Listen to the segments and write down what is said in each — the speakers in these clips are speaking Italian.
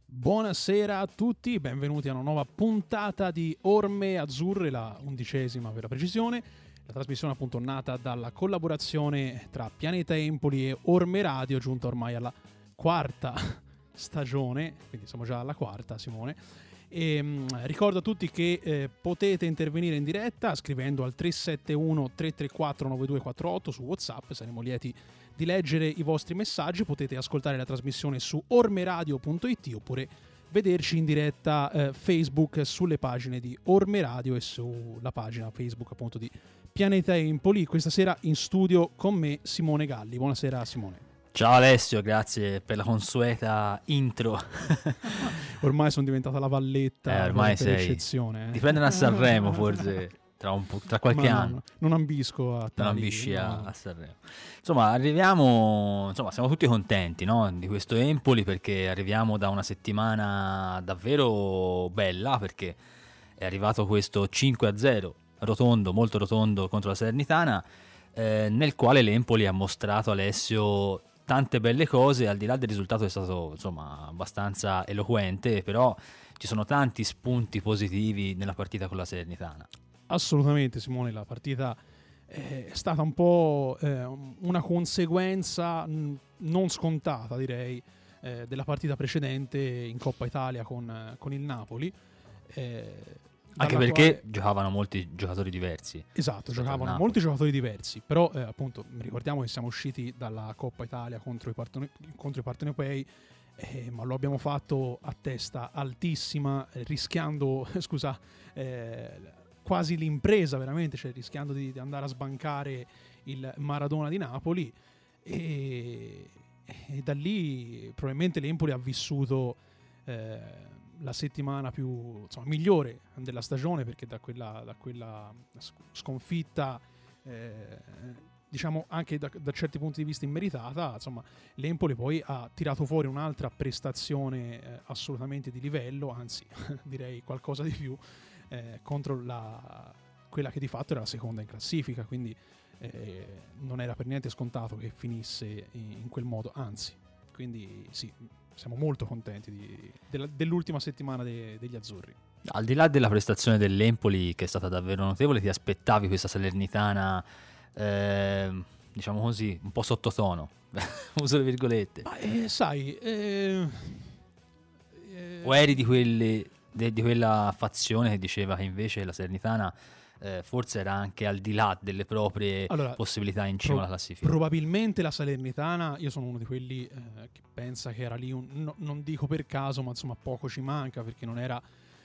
Buonasera a tutti, benvenuti a una nuova puntata di Orme Azzurre, la 11ª per la precisione. La trasmissione appunto nata dalla collaborazione tra Pianeta Empoli e Orme Radio, giunta ormai alla quarta stagione, quindi siamo già alla quarta, Simone. E ricordo a tutti che potete intervenire in diretta scrivendo al 371 334 9248 su WhatsApp, saremo lieti di leggere i vostri messaggi. Potete ascoltare la trasmissione su ormeradio.it oppure vederci in diretta Facebook sulle pagine di Orme Radio e sulla pagina Facebook appunto di Pianeta Empoli. Questa sera in studio con me Simone Galli. Buonasera Simone. Ciao Alessio, grazie per la consueta intro. Ormai sono diventata la valletta ormai per eccezione. Ti prendono a Sanremo forse tra qualche anno. Non ambisco a non ambisci a Sanremo. Insomma, siamo tutti contenti, no? Di questo Empoli, perché arriviamo da una settimana davvero bella, perché è arrivato questo 5-0 rotondo, molto rotondo contro la Salernitana, nel quale l'Empoli ha mostrato, Alessio, tante belle cose. Al di là del risultato è stato abbastanza eloquente, però ci sono tanti spunti positivi nella partita con la Salernitana. Assolutamente Simone, la partita è stata un po' una conseguenza non scontata, direi, della partita precedente in Coppa Italia con il Napoli. Anche perché giocavano molti giocatori diversi. Esatto, giocavano molti giocatori diversi, però appunto ricordiamo che siamo usciti dalla Coppa Italia contro i partenopei, ma lo abbiamo fatto a testa altissima, rischiando, quasi l'impresa veramente, cioè rischiando di andare a sbancare il Maradona di Napoli, e da lì probabilmente l'Empoli ha vissuto la settimana più migliore della stagione, perché da quella sconfitta diciamo anche da certi punti di vista immeritata, l'Empoli poi ha tirato fuori un'altra prestazione assolutamente di livello, anzi direi qualcosa di più, contro quella che di fatto era la seconda in classifica, quindi non era per niente scontato che finisse in quel modo, anzi, quindi sì, siamo molto contenti dell'ultima settimana degli azzurri. Al di là della prestazione dell'Empoli, che è stata davvero notevole, ti aspettavi questa Salernitana diciamo così un po' sottotono, uso le virgolette, ma sai, o eri di quella fazione che diceva che invece la Salernitana forse era anche al di là delle proprie possibilità in cima alla classifica? Probabilmente la Salernitana, io sono uno di quelli che pensa che era lì non dico per caso, ma poco ci manca, perché non era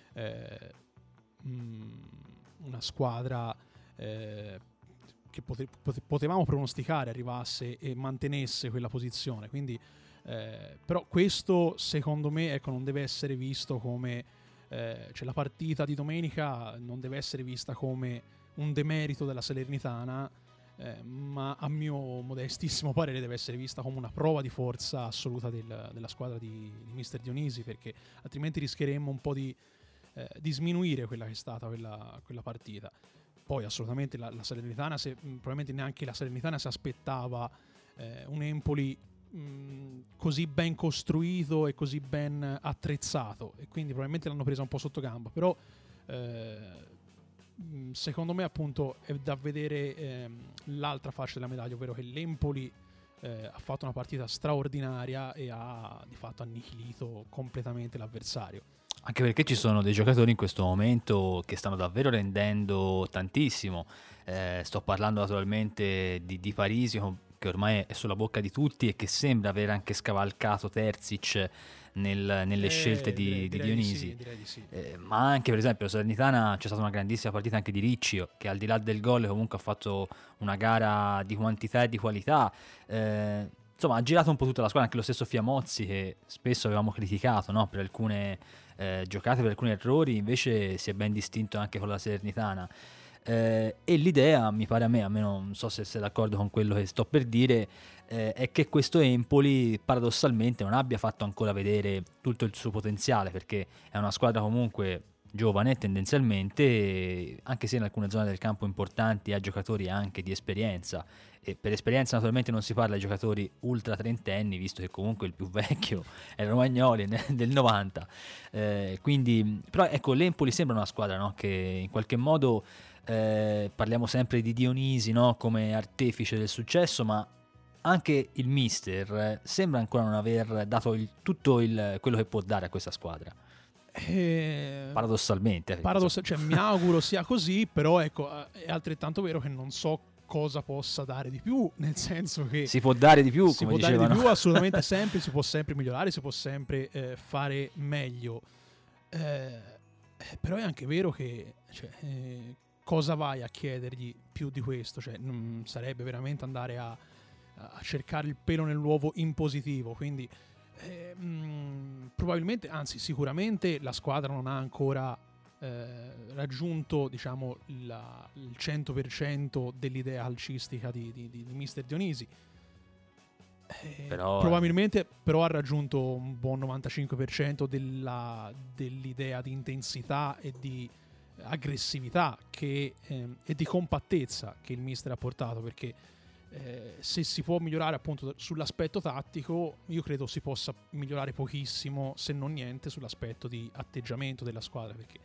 una squadra che potevamo pronosticare arrivasse e mantenesse quella posizione, quindi però questo secondo me non deve essere visto come la partita di domenica non deve essere vista come un demerito della Salernitana, ma a mio modestissimo parere deve essere vista come una prova di forza assoluta della squadra di Mister Dionisi, perché altrimenti rischieremmo un po' di sminuire quella che è stata quella partita. Poi assolutamente la Salernitana, probabilmente neanche la Salernitana si aspettava un Empoli così ben costruito e così ben attrezzato, e quindi probabilmente l'hanno presa un po' sotto gamba, però secondo me appunto è da vedere l'altra faccia della medaglia, ovvero che l'Empoli ha fatto una partita straordinaria e ha di fatto annichilito completamente l'avversario. Anche perché ci sono dei giocatori in questo momento che stanno davvero rendendo tantissimo. Sto parlando naturalmente di Parisi, che ormai è sulla bocca di tutti e che sembra aver anche scavalcato Terzic nelle scelte di Dionisi. Direi di sì. Ma anche per esempio la Salernitana, c'è stata una grandissima partita anche di Ricci, che al di là del gol comunque ha fatto una gara di quantità e di qualità. Ha girato un po' tutta la squadra, anche lo stesso Fiamozzi, che spesso avevamo criticato, no? Per alcune giocate, per alcuni errori, invece si è ben distinto anche con la Salernitana. E l'idea, mi pare a me, almeno non so se sei d'accordo con quello che sto per dire, è che questo Empoli paradossalmente non abbia fatto ancora vedere tutto il suo potenziale, perché è una squadra comunque giovane tendenzialmente, anche se in alcune zone del campo importanti ha giocatori anche di esperienza, e per esperienza naturalmente non si parla di giocatori ultra trentenni, visto che comunque il più vecchio è Romagnoli del 90, quindi però ecco, l'Empoli sembra una squadra, no? Che in qualche modo parliamo sempre di Dionisi, no? Come artefice del successo, ma anche il mister sembra ancora non aver dato quello che può dare a questa squadra. Paradossalmente. Cioè, mi auguro sia così, però ecco, è altrettanto vero che non so cosa possa dare di più, nel senso che si può dare di più, si come può dare dicevano. di più assolutamente sempre, si può sempre migliorare, si può sempre fare meglio, però è anche vero che cosa vai a chiedergli più di questo? Cioè, sarebbe veramente andare a cercare il pelo nell'uovo in positivo, quindi probabilmente, anzi sicuramente la squadra non ha ancora raggiunto, diciamo, il 100% dell'idea calcistica di Mister Dionisi. Però, probabilmente però ha raggiunto un buon 95% dell'idea di intensità e di aggressività e di compattezza che il mister ha portato, perché se si può migliorare appunto sull'aspetto tattico, io credo si possa migliorare pochissimo, se non niente, sull'aspetto di atteggiamento della squadra, perché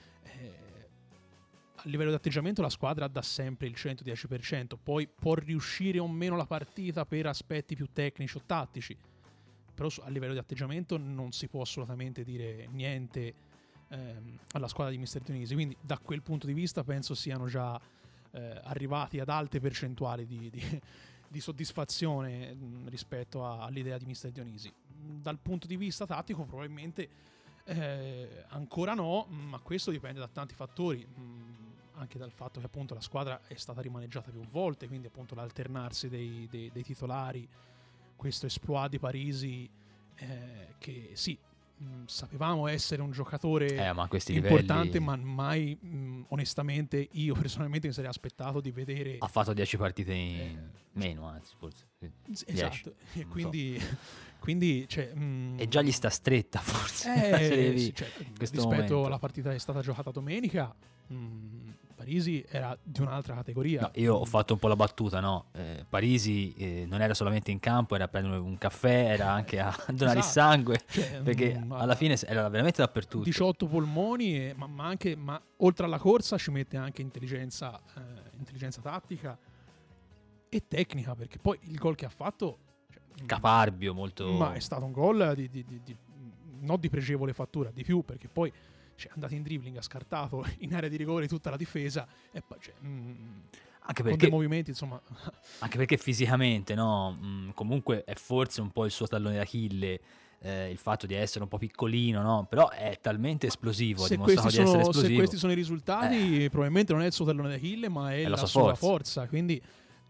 a livello di atteggiamento la squadra dà sempre il 110%, poi può riuscire o meno la partita per aspetti più tecnici o tattici, però a livello di atteggiamento non si può assolutamente dire niente alla squadra di Mister Dionisi, quindi da quel punto di vista penso siano già arrivati ad alte percentuali di soddisfazione rispetto all'idea di Mister Dionisi. Dal punto di vista tattico probabilmente ancora no, ma questo dipende da tanti fattori, anche dal fatto che appunto la squadra è stata rimaneggiata più volte, quindi appunto l'alternarsi dei titolari, questo exploit di Parisi, che sì, sapevamo essere un giocatore ma a questi importante, livelli ma mai onestamente io personalmente mi sarei aspettato di vedere. Ha fatto 10 partite in meno, anzi forse 10. Esatto, e quindi cioè, e già gli sta stretta forse sì, cioè, rispetto momento. alla partita che è stata giocata domenica, Parisi era di un'altra categoria. No, io ho fatto un po' la battuta, no? Parisi non era solamente in campo, era a prendere un caffè, era anche a donare il sangue, cioè, perché alla fine era veramente dappertutto. 18 polmoni, ma oltre alla corsa ci mette anche intelligenza tattica e tecnica, perché poi il gol che ha fatto, caparbio, molto. Ma è stato un gol non di pregevole fattura, di più, perché poi è andato in dribbling, ha scartato in area di rigore tutta la difesa e poi anche perché, con dei movimenti, insomma. Anche perché fisicamente, no? Comunque è forse un po' il suo tallone d'Achille, il fatto di essere un po' piccolino, no? Però è talmente esplosivo, ha dimostrato di essere esplosivo. Se questi sono i risultati, probabilmente non è il suo tallone d'Achille, ma è la sua forza. Quindi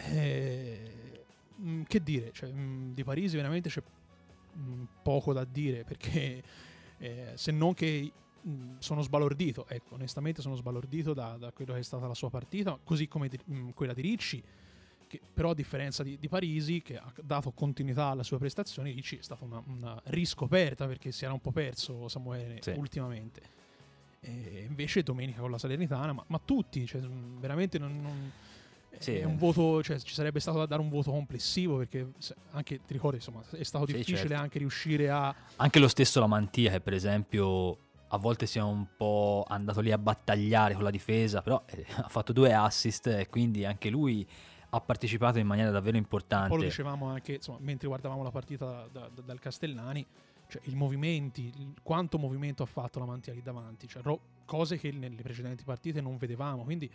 che dire, cioè, di Parisi veramente c'è poco da dire, perché se non che sono sbalordito, ecco, onestamente sono sbalordito da quello che è stata la sua partita, così come quella di Ricci, che però a differenza di Parisi, che ha dato continuità alle sue prestazioni, Ricci è stata una riscoperta, perché si era un po' perso Samuele ultimamente, e invece domenica con la Salernitana, ma tutti, cioè, veramente non è un voto, cioè ci sarebbe stato da dare un voto complessivo, perché anche ti ricordi, insomma, è stato difficile anche riuscire a anche lo stesso Lamantia, che per esempio a volte si è un po' andato lì a battagliare con la difesa, però ha fatto 2 assist e quindi anche lui ha partecipato in maniera davvero importante. Poi lo dicevamo anche, insomma, mentre guardavamo la partita dal Castellani, cioè i movimenti, quanto movimento ha fatto Lamantia lì davanti, cioè cose che nelle precedenti partite non vedevamo, quindi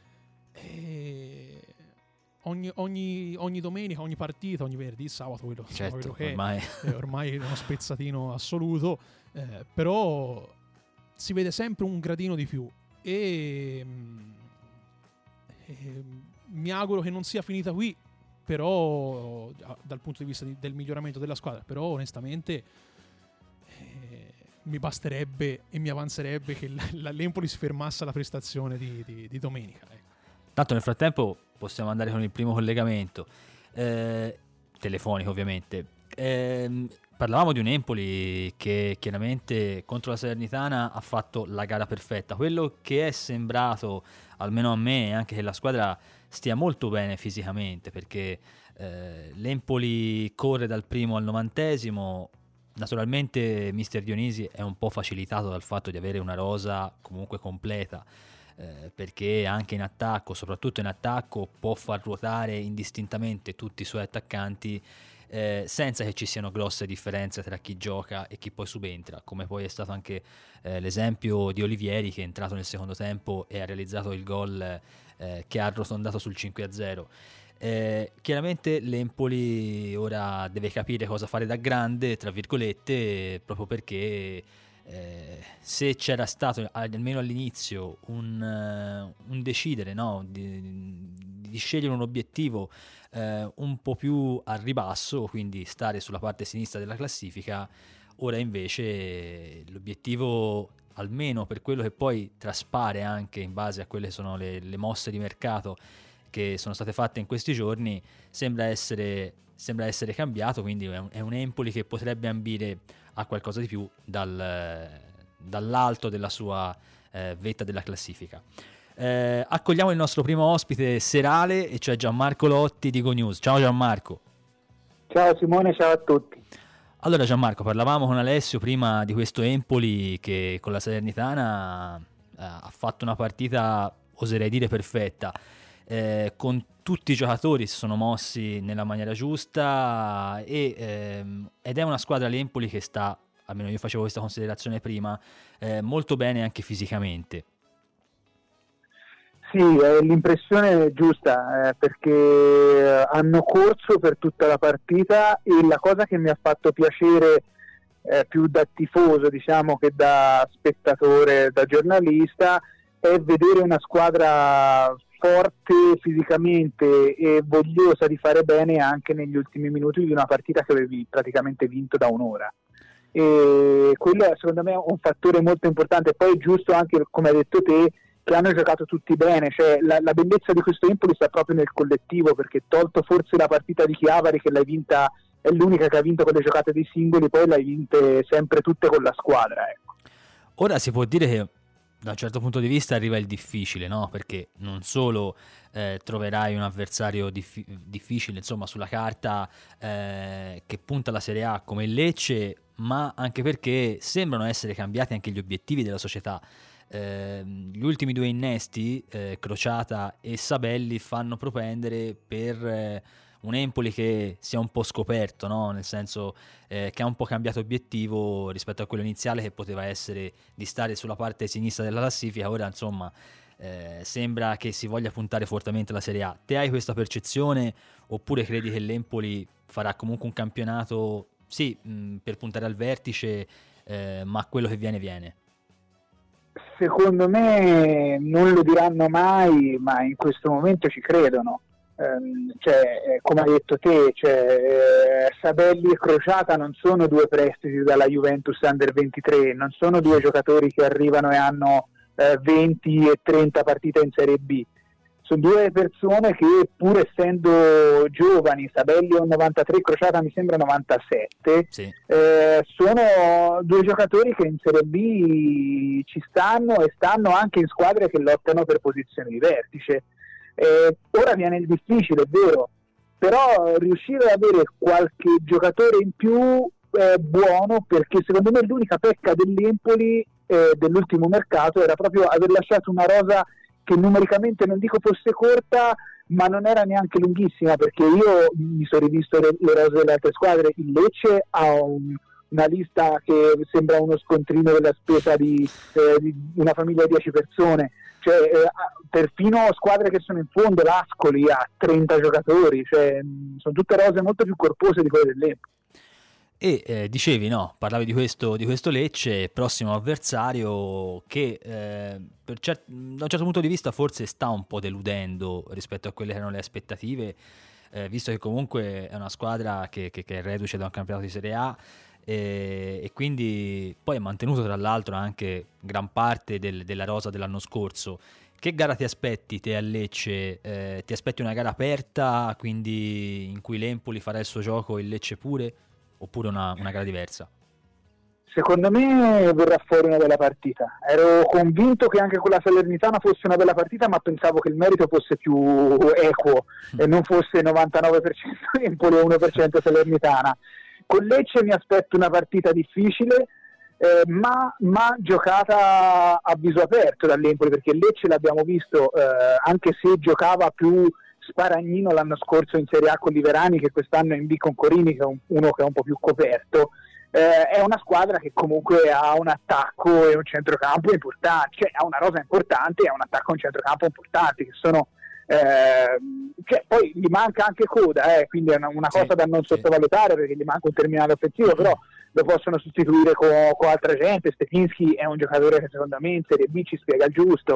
ogni domenica, ogni partita, ogni venerdì, sabato, quello che ormai è uno spezzatino assoluto, però si vede sempre un gradino di più e mi auguro che non sia finita qui, però dal punto di vista del miglioramento della squadra, però onestamente mi basterebbe e mi avanzerebbe che l'Empoli si fermasse alla prestazione di domenica, ecco. Tanto nel frattempo possiamo andare con il primo collegamento telefonico, ovviamente. Parlavamo di un Empoli che chiaramente contro la Salernitana ha fatto la gara perfetta. Quello che è sembrato, almeno a me, è anche che la squadra stia molto bene fisicamente, perché l'Empoli corre dal primo al 90°. Naturalmente mister Dionisi è un po' facilitato dal fatto di avere una rosa comunque completa, perché anche in attacco, soprattutto in attacco, può far ruotare indistintamente tutti i suoi attaccanti, senza che ci siano grosse differenze tra chi gioca e chi poi subentra, come poi è stato anche l'esempio di Olivieri, che è entrato nel secondo tempo e ha realizzato il gol che ha arrotondato sul 5-0. Chiaramente l'Empoli ora deve capire cosa fare da grande, tra virgolette, proprio perché se c'era stato almeno all'inizio un decidere, no, di scegliere un obiettivo un po' più a ribasso, quindi stare sulla parte sinistra della classifica, ora invece l'obiettivo, almeno per quello che poi traspare anche in base a quelle che sono le mosse di mercato che sono state fatte in questi giorni, sembra essere cambiato, quindi è un Empoli che potrebbe ambire a qualcosa di più dall'alto della sua vetta della classifica. Accogliamo il nostro primo ospite serale, e cioè Gianmarco Lotti di Go News. Ciao Gianmarco. Ciao Simone, ciao a tutti. Allora Gianmarco, parlavamo con Alessio prima di questo Empoli che con la Salernitana ha fatto una partita, oserei dire, perfetta. Con tutti i giocatori si sono mossi nella maniera giusta ed è una squadra l'Empoli che sta, almeno io facevo questa considerazione prima, molto bene anche fisicamente. Sì, l'impressione è giusta, perché hanno corso per tutta la partita, e la cosa che mi ha fatto piacere più da tifoso, diciamo, che da spettatore, da giornalista, è vedere una squadra forte fisicamente e vogliosa di fare bene anche negli ultimi minuti di una partita che avevi praticamente vinto da un'ora, e quello è secondo me un fattore molto importante. Poi è giusto anche, come hai detto te, che hanno giocato tutti bene, cioè la bellezza di questo Empoli sta proprio nel collettivo, perché tolto forse la partita di Chiavari, che l'hai vinta, è l'unica che ha vinto con le giocate dei singoli, poi l'hai vinte sempre tutte con la squadra, ecco. Ora si può dire che da un certo punto di vista arriva il difficile, no? Perché non solo troverai un avversario difficile, insomma, sulla carta, che punta alla Serie A come il Lecce, ma anche perché sembrano essere cambiati anche gli obiettivi della società. Gli ultimi due innesti, Crociata e Sabelli, fanno propendere per un Empoli che si è un po' scoperto, no? Nel senso che ha un po' cambiato obiettivo rispetto a quello iniziale, che poteva essere di stare sulla parte sinistra della classifica. Ora insomma sembra che si voglia puntare fortemente alla Serie A. Te hai questa percezione, oppure credi che l'Empoli farà comunque un campionato sì, per puntare al vertice, ma quello che viene? Secondo me non lo diranno mai, ma in questo momento ci credono. Come hai detto te, Sabelli e Crociata non sono due prestiti dalla Juventus Under 23, non sono due giocatori che arrivano e hanno 20 e 30 partite in Serie B. Sono due persone che, pur essendo giovani, Sabelli è un 93, Crociata mi sembra 97, sì. Sono due giocatori che in Serie B ci stanno, e stanno anche in squadre che lottano per posizioni di vertice. Ora viene il difficile, è vero, però riuscire ad avere qualche giocatore in più è buono, perché secondo me l'unica pecca dell'Empoli dell'ultimo mercato era proprio aver lasciato una rosa che numericamente non dico fosse corta, ma non era neanche lunghissima, perché io mi sono rivisto le rose delle altre squadre. Il Lecce ha una lista che sembra uno scontrino della spesa di una famiglia di 10 persone, perfino squadre che sono in fondo, l'Ascoli ha 30 giocatori, sono tutte rose molto più corpose di quelle dell'Empoli. E dicevi, no, parlavi di questo Lecce, prossimo avversario, che da un certo punto di vista forse sta un po' deludendo rispetto a quelle che erano le aspettative, visto che comunque è una squadra che è reduce da un campionato di Serie A, e quindi poi ha mantenuto tra l'altro anche gran parte della rosa dell'anno scorso. Che gara ti aspetti te a Lecce? Ti aspetti una gara aperta, quindi in cui l'Empoli farà il suo gioco e il Lecce pure? oppure una gara diversa? Secondo me verrà fuori una bella partita. Ero convinto che anche con la Salernitana fosse una bella partita, ma pensavo che il merito fosse più equo e non fosse 99% Empoli e 1% Salernitana. Con Lecce mi aspetto una partita difficile, ma giocata a viso aperto dall'Empoli, perché Lecce l'abbiamo visto, anche se giocava più sparagnino l'anno scorso in Serie A con Liverani, che quest'anno è in B con Corini, che è uno che è un po' più coperto. È una squadra che comunque ha un attacco e un centrocampo importante, cioè ha una rosa importante e ha un attacco e un centrocampo importanti, che sono cioè, poi gli manca anche coda, quindi è una cosa da non sottovalutare, perché gli manca un terminale offensivo, però lo possono sostituire con altra gente. Stefinski è un giocatore che secondo me in Serie B ci spiega il giusto.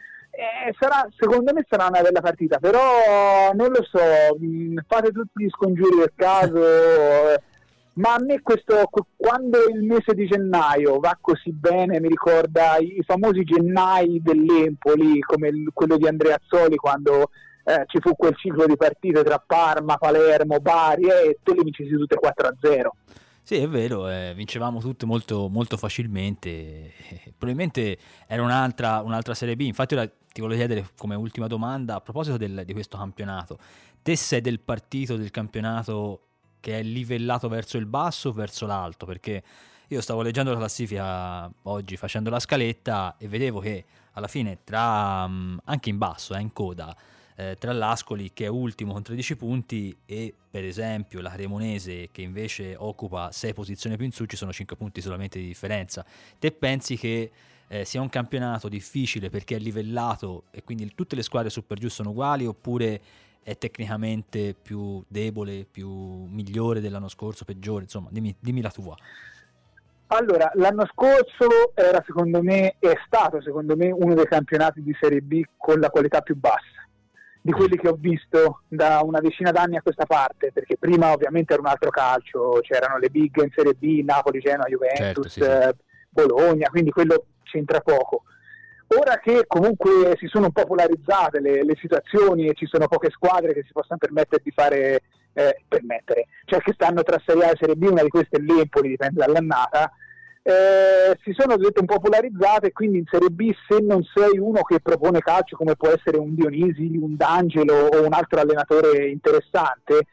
Secondo me sarà una bella partita, però non lo so, fate tutti gli scongiuri del caso, ma a me quando il mese di gennaio va così bene mi ricorda i famosi gennai dell'Empoli, come quello di Andrea Azzoli, quando ci fu quel ciclo di partite tra Parma, Palermo, Bari, e te le vinci tutte 4-0. Sì, è vero, vincevamo tutte molto, molto facilmente. Probabilmente era un'altra Serie B. Infatti ora ti volevo chiedere come ultima domanda, a proposito di questo campionato. Te sei del partito del campionato che è livellato verso il basso o verso l'alto? Perché io stavo leggendo la classifica oggi facendo la scaletta e vedevo che alla fine anche in basso, in coda, tra l'Ascoli che è ultimo con 13 punti e per esempio la Cremonese che invece occupa 6 posizioni più in su, ci sono 5 punti solamente di differenza. Te pensi che sia un campionato difficile perché è livellato e quindi tutte le squadre su per giù sono uguali, oppure è tecnicamente più debole, più migliore dell'anno scorso, peggiore? Insomma, dimmi la tua. Allora, l'anno scorso è stato secondo me uno dei campionati di Serie B con la qualità più bassa di quelli che ho visto da una decina d'anni a questa parte, perché prima ovviamente era un altro calcio, c'erano le big in Serie B, Napoli, Genoa, Juventus, certo, sì. Bologna, quindi quello c'entra poco. Ora che comunque si sono un po' polarizzate le situazioni e ci sono poche squadre che si possono permettere di fare, cioè che stanno tra Serie A e Serie B, una di queste è l'Empoli, dipende dall'annata, si sono un po' polarizzate, e quindi in Serie B, se non sei uno che propone calcio come può essere un Dionisi, un D'Angelo o un altro allenatore interessante,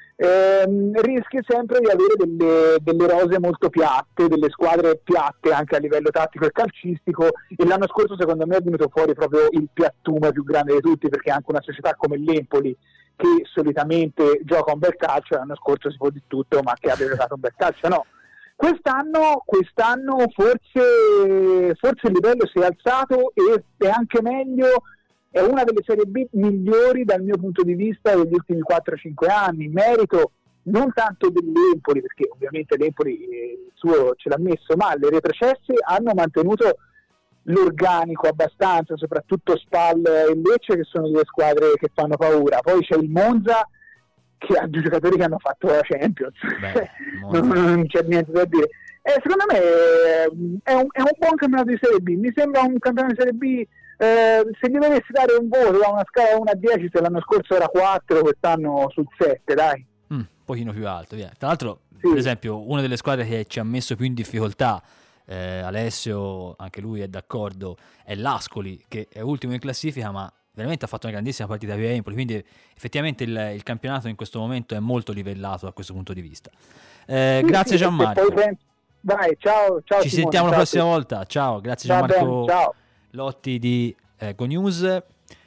rischi sempre di avere delle rose molto piatte, delle squadre piatte anche a livello tattico e calcistico, e l'anno scorso secondo me è venuto fuori proprio il piattume più grande di tutti, perché anche una società come l'Empoli, che solitamente gioca un bel calcio, l'anno scorso si può di tutto, ma che abbia giocato un bel calcio no. Quest'anno forse il livello si è alzato e è anche meglio. È una delle Serie B migliori dal mio punto di vista degli ultimi 4-5 anni, merito non tanto dell'Empoli, perché ovviamente l'Empoli il suo ce l'ha messo, ma le retrocesse hanno mantenuto l'organico abbastanza, soprattutto Spal e Lecce, che sono due squadre che fanno paura. Poi c'è il Monza, che ha due giocatori che hanno fatto la Champions. Non c'è niente da dire. Secondo me è un buon campionato di Serie B, mi sembra un campionato di Serie B. Se gli dovessi dare un voto da una scala 1 a 10, se l'anno scorso era 4, quest'anno sul 7, dai. Un pochino più alto, via. Tra l'altro, sì. Per esempio, una delle squadre che ci ha messo più in difficoltà, Alessio, anche lui è d'accordo, è l'Ascoli, che è ultimo in classifica, ma veramente ha fatto una grandissima partita via Empoli, quindi effettivamente il campionato in questo momento è molto livellato da questo punto di vista. Grazie Gianmarco. Vai, ciao ci Simone, sentiamo la prossima volta. Ciao, grazie Gianmarco. Ciao. Lotti di GoNews.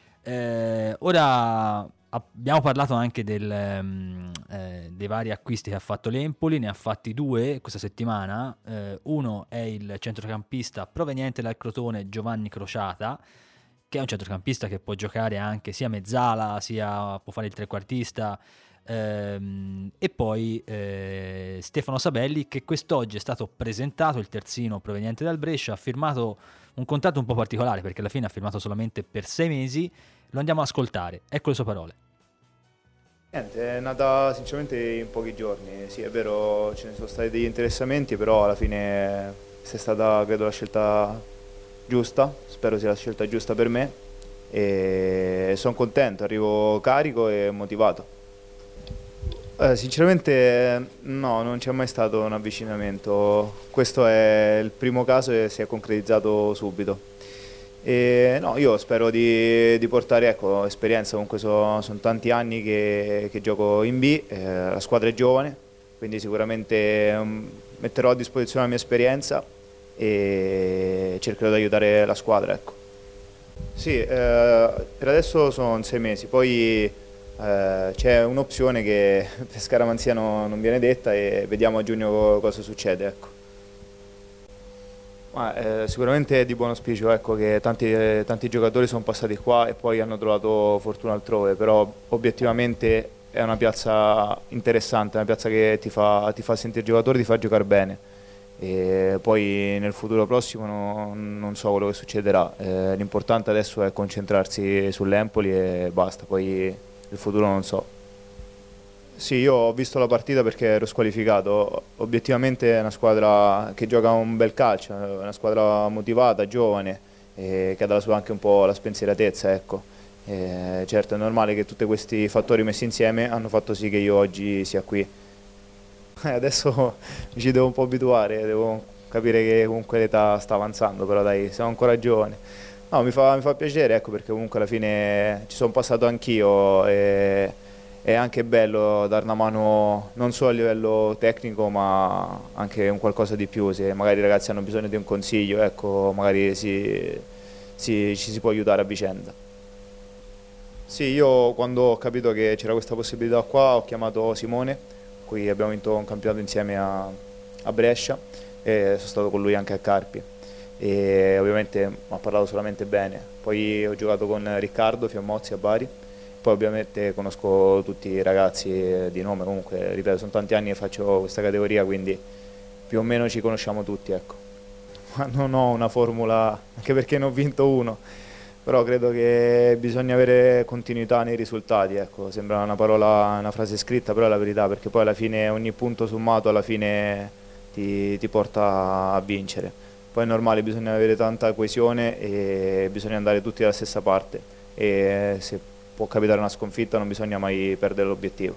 Ora abbiamo parlato anche dei vari acquisti che ha fatto l'Empoli, ne ha fatti 2 questa settimana. Uno è il centrocampista proveniente dal Crotone, Giovanni Crociata, che è un centrocampista che può giocare anche sia mezzala, sia può fare il trequartista, e poi Stefano Sabelli, che quest'oggi è stato presentato, il terzino proveniente dal Brescia, ha firmato un contratto un po' particolare perché alla fine ha firmato solamente per 6 mesi. Lo andiamo ad ascoltare, ecco le sue parole. Niente, è nata sinceramente in pochi giorni, sì è vero, ce ne sono stati degli interessamenti, però alla fine è stata credo la scelta giusta, spero sia la scelta giusta per me e sono contento, arrivo carico e motivato. Sinceramente no, non c'è mai stato un avvicinamento. Questo è il primo caso e si è concretizzato subito. E no, io spero di portare, ecco, esperienza. Comunque sono tanti anni che gioco in B, la squadra è giovane, quindi sicuramente metterò a disposizione la mia esperienza e cercherò di aiutare la squadra, ecco. Sì, per adesso sono 6 mesi, poi c'è un'opzione che per Scaramanzia non viene detta e vediamo a giugno cosa succede, ecco. Sicuramente è di buon auspicio, ecco, che tanti giocatori sono passati qua e poi hanno trovato fortuna altrove, però obiettivamente è una piazza interessante, una piazza che ti fa sentire giocatore, ti fa giocare bene. E poi nel futuro prossimo non so quello che succederà. L'importante adesso è concentrarsi sull'Empoli e basta, poi il futuro non so. Sì, io ho visto la partita perché ero squalificato. Obiettivamente è una squadra che gioca un bel calcio, è una squadra motivata, giovane, che ha dalla sua anche un po' la spensieratezza, ecco. Certo è normale che tutti questi fattori messi insieme hanno fatto sì che io oggi sia qui. Adesso mi ci devo un po' abituare, devo capire che comunque l'età sta avanzando, però dai, sono ancora giovane. No, mi fa piacere, ecco, perché comunque alla fine ci sono passato anch'io e è anche bello dare una mano non solo a livello tecnico ma anche un qualcosa di più. Se magari i ragazzi hanno bisogno di un consiglio, ecco, magari ci si può aiutare a vicenda. Sì, io quando ho capito che c'era questa possibilità qua ho chiamato Simone, qui abbiamo vinto un campionato insieme a Brescia e sono stato con lui anche a Carpi e ovviamente mi ha parlato solamente bene. Poi ho giocato con Riccardo Fiammozzi a Bari. Poi ovviamente conosco tutti i ragazzi di nome, comunque ripeto sono tanti anni che faccio questa categoria, quindi più o meno ci conosciamo tutti, ecco. Ma non ho una formula, anche perché ne ho vinto uno, però credo che bisogna avere continuità nei risultati, ecco. Sembra una parola, una frase scritta, però è la verità, perché poi alla fine ogni punto sommato alla fine ti porta a vincere. Poi è normale, bisogna avere tanta coesione e bisogna andare tutti dalla stessa parte e se può capitare una sconfitta, non bisogna mai perdere l'obiettivo.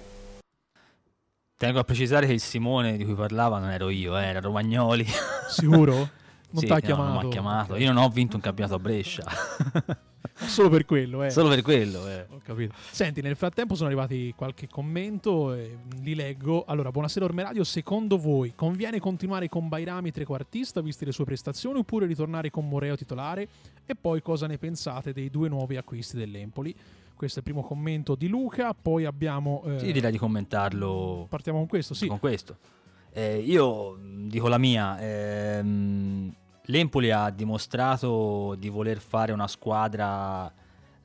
Tengo a precisare che il Simone di cui parlava non ero io, era Romagnoli. Sicuro? Non Sì, t'ha no, chiamato? non mi ha chiamato. Okay. Io non ho vinto un campionato a Brescia. Solo per quello, Solo per quello, Ho capito. Senti, nel frattempo sono arrivati qualche commento e li leggo. Allora, buonasera Ormeradio, secondo voi conviene continuare con Bajrami trequartista visti le sue prestazioni oppure ritornare con Moreo titolare? E poi cosa ne pensate dei due nuovi acquisti dell'Empoli? Questo è il primo commento di Luca, poi abbiamo... Sì, direi di commentarlo. Partiamo con questo, sì. Con questo. Io dico la mia. L'Empoli ha dimostrato di voler fare una squadra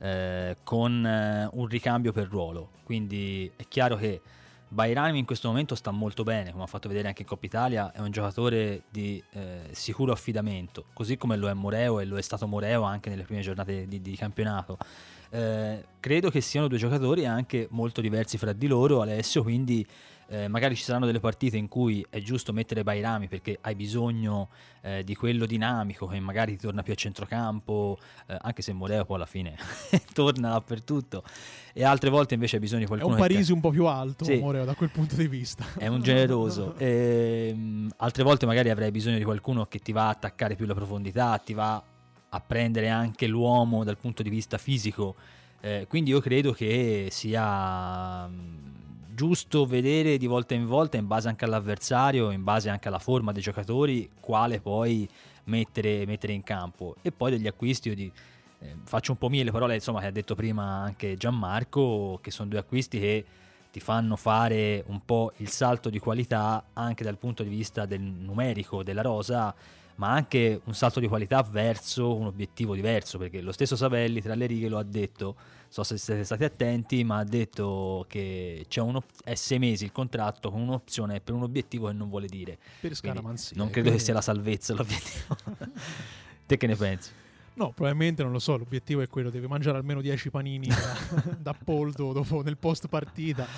con un ricambio per ruolo, quindi è chiaro che Bajrami in questo momento sta molto bene, come ha fatto vedere anche in Coppa Italia, è un giocatore di sicuro affidamento, così come lo è Moreo e lo è stato Moreo anche nelle prime giornate di campionato. Credo che siano due giocatori anche molto diversi fra di loro, Alessio, quindi magari ci saranno delle partite in cui è giusto mettere Bajrami perché hai bisogno di quello dinamico che magari ti torna più a centrocampo, anche se Moreo poi alla fine torna dappertutto, e altre volte invece hai bisogno di qualcuno. È un Parisi un po' più alto, sì, Moreo, da quel punto di vista. È un generoso. Altre volte magari avrai bisogno di qualcuno che ti va a attaccare più la profondità, ti va a prendere anche l'uomo dal punto di vista fisico, quindi io credo che sia giusto vedere di volta in volta, in base anche all'avversario, in base anche alla forma dei giocatori, quale poi mettere in campo. E poi degli acquisti, io faccio un po' mie le parole insomma che ha detto prima anche Gianmarco, che sono due acquisti che ti fanno fare un po' il salto di qualità anche dal punto di vista del numerico della rosa, ma anche un salto di qualità verso un obiettivo diverso, perché lo stesso Savelli tra le righe lo ha detto, so se siete stati attenti, ma ha detto che è 6 mesi il contratto con un'opzione per un obiettivo che non vuole dire. Per Scaramanzia. Non credo che sia la salvezza l'obiettivo. Te che ne pensi? No, probabilmente non lo so, l'obiettivo è quello, deve mangiare almeno 10 panini da Poldo dopo nel post partita.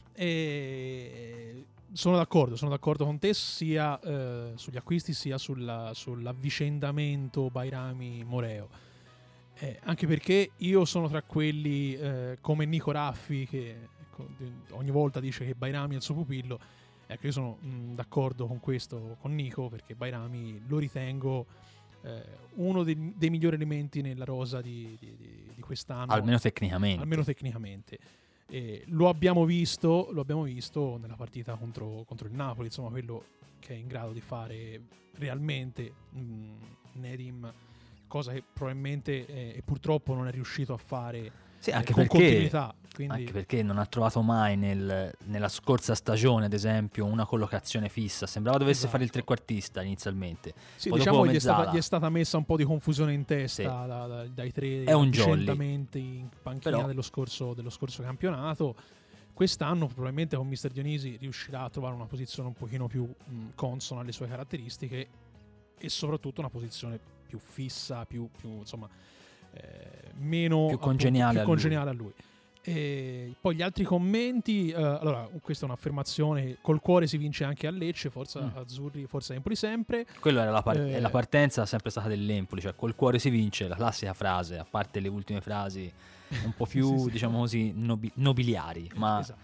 E sono d'accordo con te sia sugli acquisti sia sull'avvicendamento Bajrami-Moreo. Anche perché io sono tra quelli come Nico Raffi che ogni volta dice che Bairami è il suo pupillo. Ecco, io sono d'accordo con questo, con Nico, perché Bairami lo ritengo uno dei migliori elementi nella rosa di quest'anno. Almeno tecnicamente. Lo abbiamo visto nella partita contro il Napoli, insomma, quello che è in grado di fare realmente Nedim, cosa che probabilmente e purtroppo non è riuscito a fare anche con perché, continuità. Quindi... anche perché non ha trovato mai nella scorsa stagione, ad esemprio, una collocazione fissa. Sembrava dovesse fare il trequartista inizialmente. Sì, poi diciamo dopo gli è stata messa un po' di confusione in testa dai tre avvicentamenti in panchina dello scorso campionato. Quest'anno probabilmente con Mister Dionisi riuscirà a trovare una posizione un pochino più consona alle sue caratteristiche e soprattutto una posizione più fissa, più insomma meno più congeniale a lui. E poi gli altri commenti, allora questa è un'affermazione: col cuore si vince anche a Lecce, forza azzurri, forza Empoli sempre. Quello era la partenza sempre stata dell'Empoli, cioè col cuore si vince, la classica frase, a parte le ultime frasi un po' più diciamo così nobiliari, ma esatto.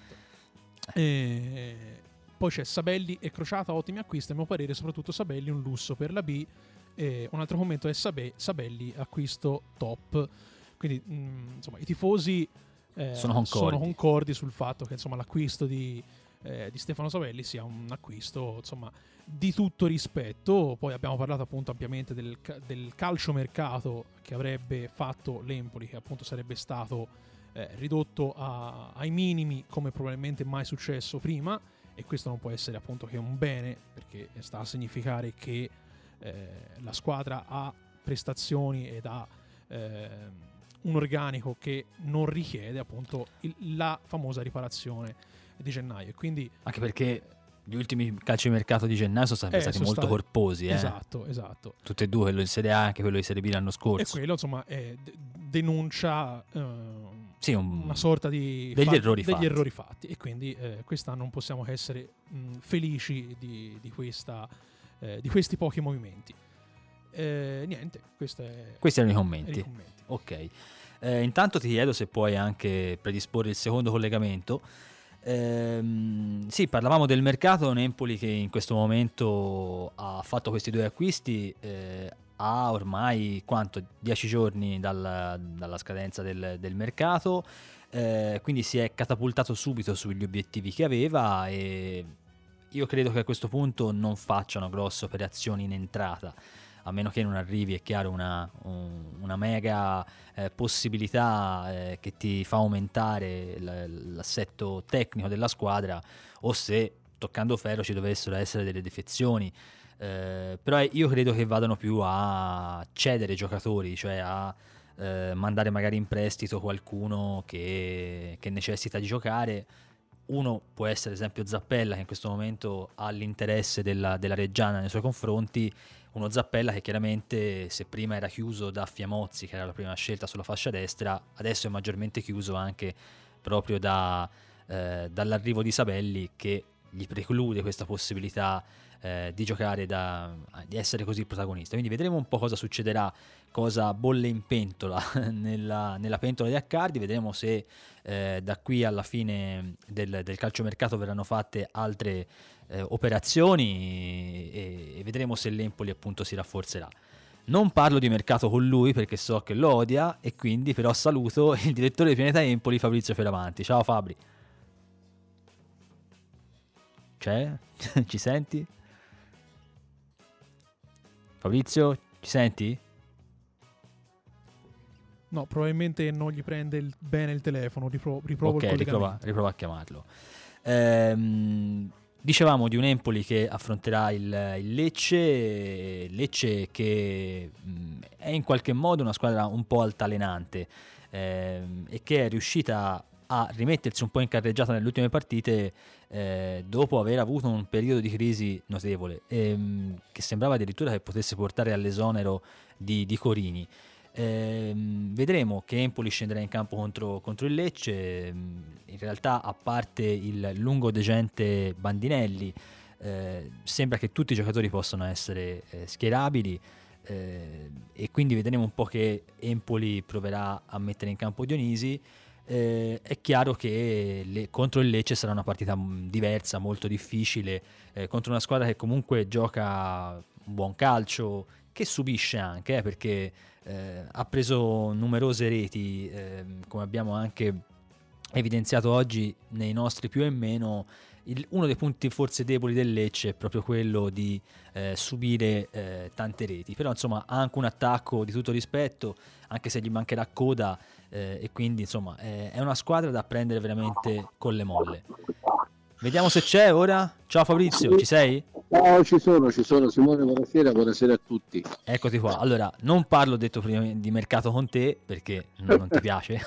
Poi c'è Sabelli e Crociata, ottimi acquisti a mio parere, soprattutto Sabelli un lusso per la B. Un altro commento è Sabelli acquisto top, quindi insomma i tifosi sono concordi sul fatto che insomma l'acquisto di Stefano Sabelli sia un acquisto insomma di tutto rispetto. Poi abbiamo parlato appunto ampiamente del calciomercato che avrebbe fatto l'Empoli, che appunto sarebbe stato ridotto ai minimi come probabilmente mai successo prima, e questo non può essere appunto che un bene, perché sta a significare che la squadra ha prestazioni ed ha un organico che non richiede appunto la famosa riparazione di gennaio, e quindi anche perché gli ultimi calciomercato di gennaio sono sempre stati molto corposi. Esatto. Tutti e due, quello in Serie A e anche quello di Serie B l'anno scorso. E quello insomma denuncia una sorta di degli errori fatti, e quindi quest'anno non possiamo che essere felici di questi pochi movimenti. Niente, questi erano i commenti. Ok. Intanto ti chiedo se puoi anche predisporre il secondo collegamento. Sì, parlavamo del mercato. Empoli che in questo momento ha fatto questi due acquisti, ha ormai 10 giorni dalla scadenza del mercato, quindi si è catapultato subito sugli obiettivi che aveva, e io credo che a questo punto non facciano grosse operazioni in entrata, a meno che non arrivi, è chiaro, una mega possibilità che ti fa aumentare l'assetto tecnico della squadra, o se toccando ferro ci dovessero essere delle defezioni. Però io credo che vadano più a cedere giocatori, cioè a mandare magari in prestito qualcuno che necessita di giocare. Uno può essere ad esempio Zappella, che in questo momento ha l'interesse della Reggiana nei suoi confronti. Uno Zappella che chiaramente, se prima era chiuso da Fiamozzi, che era la prima scelta sulla fascia destra, adesso è maggiormente chiuso anche proprio dall'arrivo di Sabelli, che gli preclude questa possibilità di giocare, di essere così protagonista. Quindi vedremo un po' cosa succederà, cosa bolle in pentola nella pentola di Accardi. Vedremo se da qui alla fine del calciomercato verranno fatte altre operazioni, e vedremo se l'Empoli appunto si rafforzerà. Non parlo di mercato con lui perché so che lo odia, e quindi però saluto il direttore di Pianeta Empoli, Fabrizio Fioravanti. Ciao Fabri. Ci senti? Fabrizio, ci senti? No, probabilmente non gli prende bene il telefono. Riprovo il collegamento. Riprova a chiamarlo. Dicevamo di un Empoli che affronterà il Lecce che è in qualche modo una squadra un po' altalenante, e che è riuscita a rimettersi un po' in carreggiata nelle ultime partite, dopo aver avuto un periodo di crisi notevole, che sembrava addirittura che potesse portare all'esonero di Corini. Vedremo che Empoli scenderà in campo contro il Lecce. In realtà, a parte il lungo degente Bandinelli, sembra che tutti i giocatori possano essere schierabili, e quindi vedremo un po' che Empoli proverà a mettere in campo Dionisi. È chiaro che contro il Lecce sarà una partita diversa, molto difficile, contro una squadra che comunque gioca un buon calcio, che subisce anche, perché ha preso numerose reti, come abbiamo anche evidenziato oggi nei nostri più e meno. Uno dei punti forse deboli del Lecce è proprio quello di subire tante reti, però insomma ha anche un attacco di tutto rispetto, anche se gli mancherà coda, e quindi insomma è una squadra da prendere veramente con le molle. Vediamo se c'è ora. Ciao Fabrizio, ci sei? Ci sono Simone, buonasera a tutti. Eccoti qua. Allora, non parlo, detto prima, di mercato con te perché non ti piace.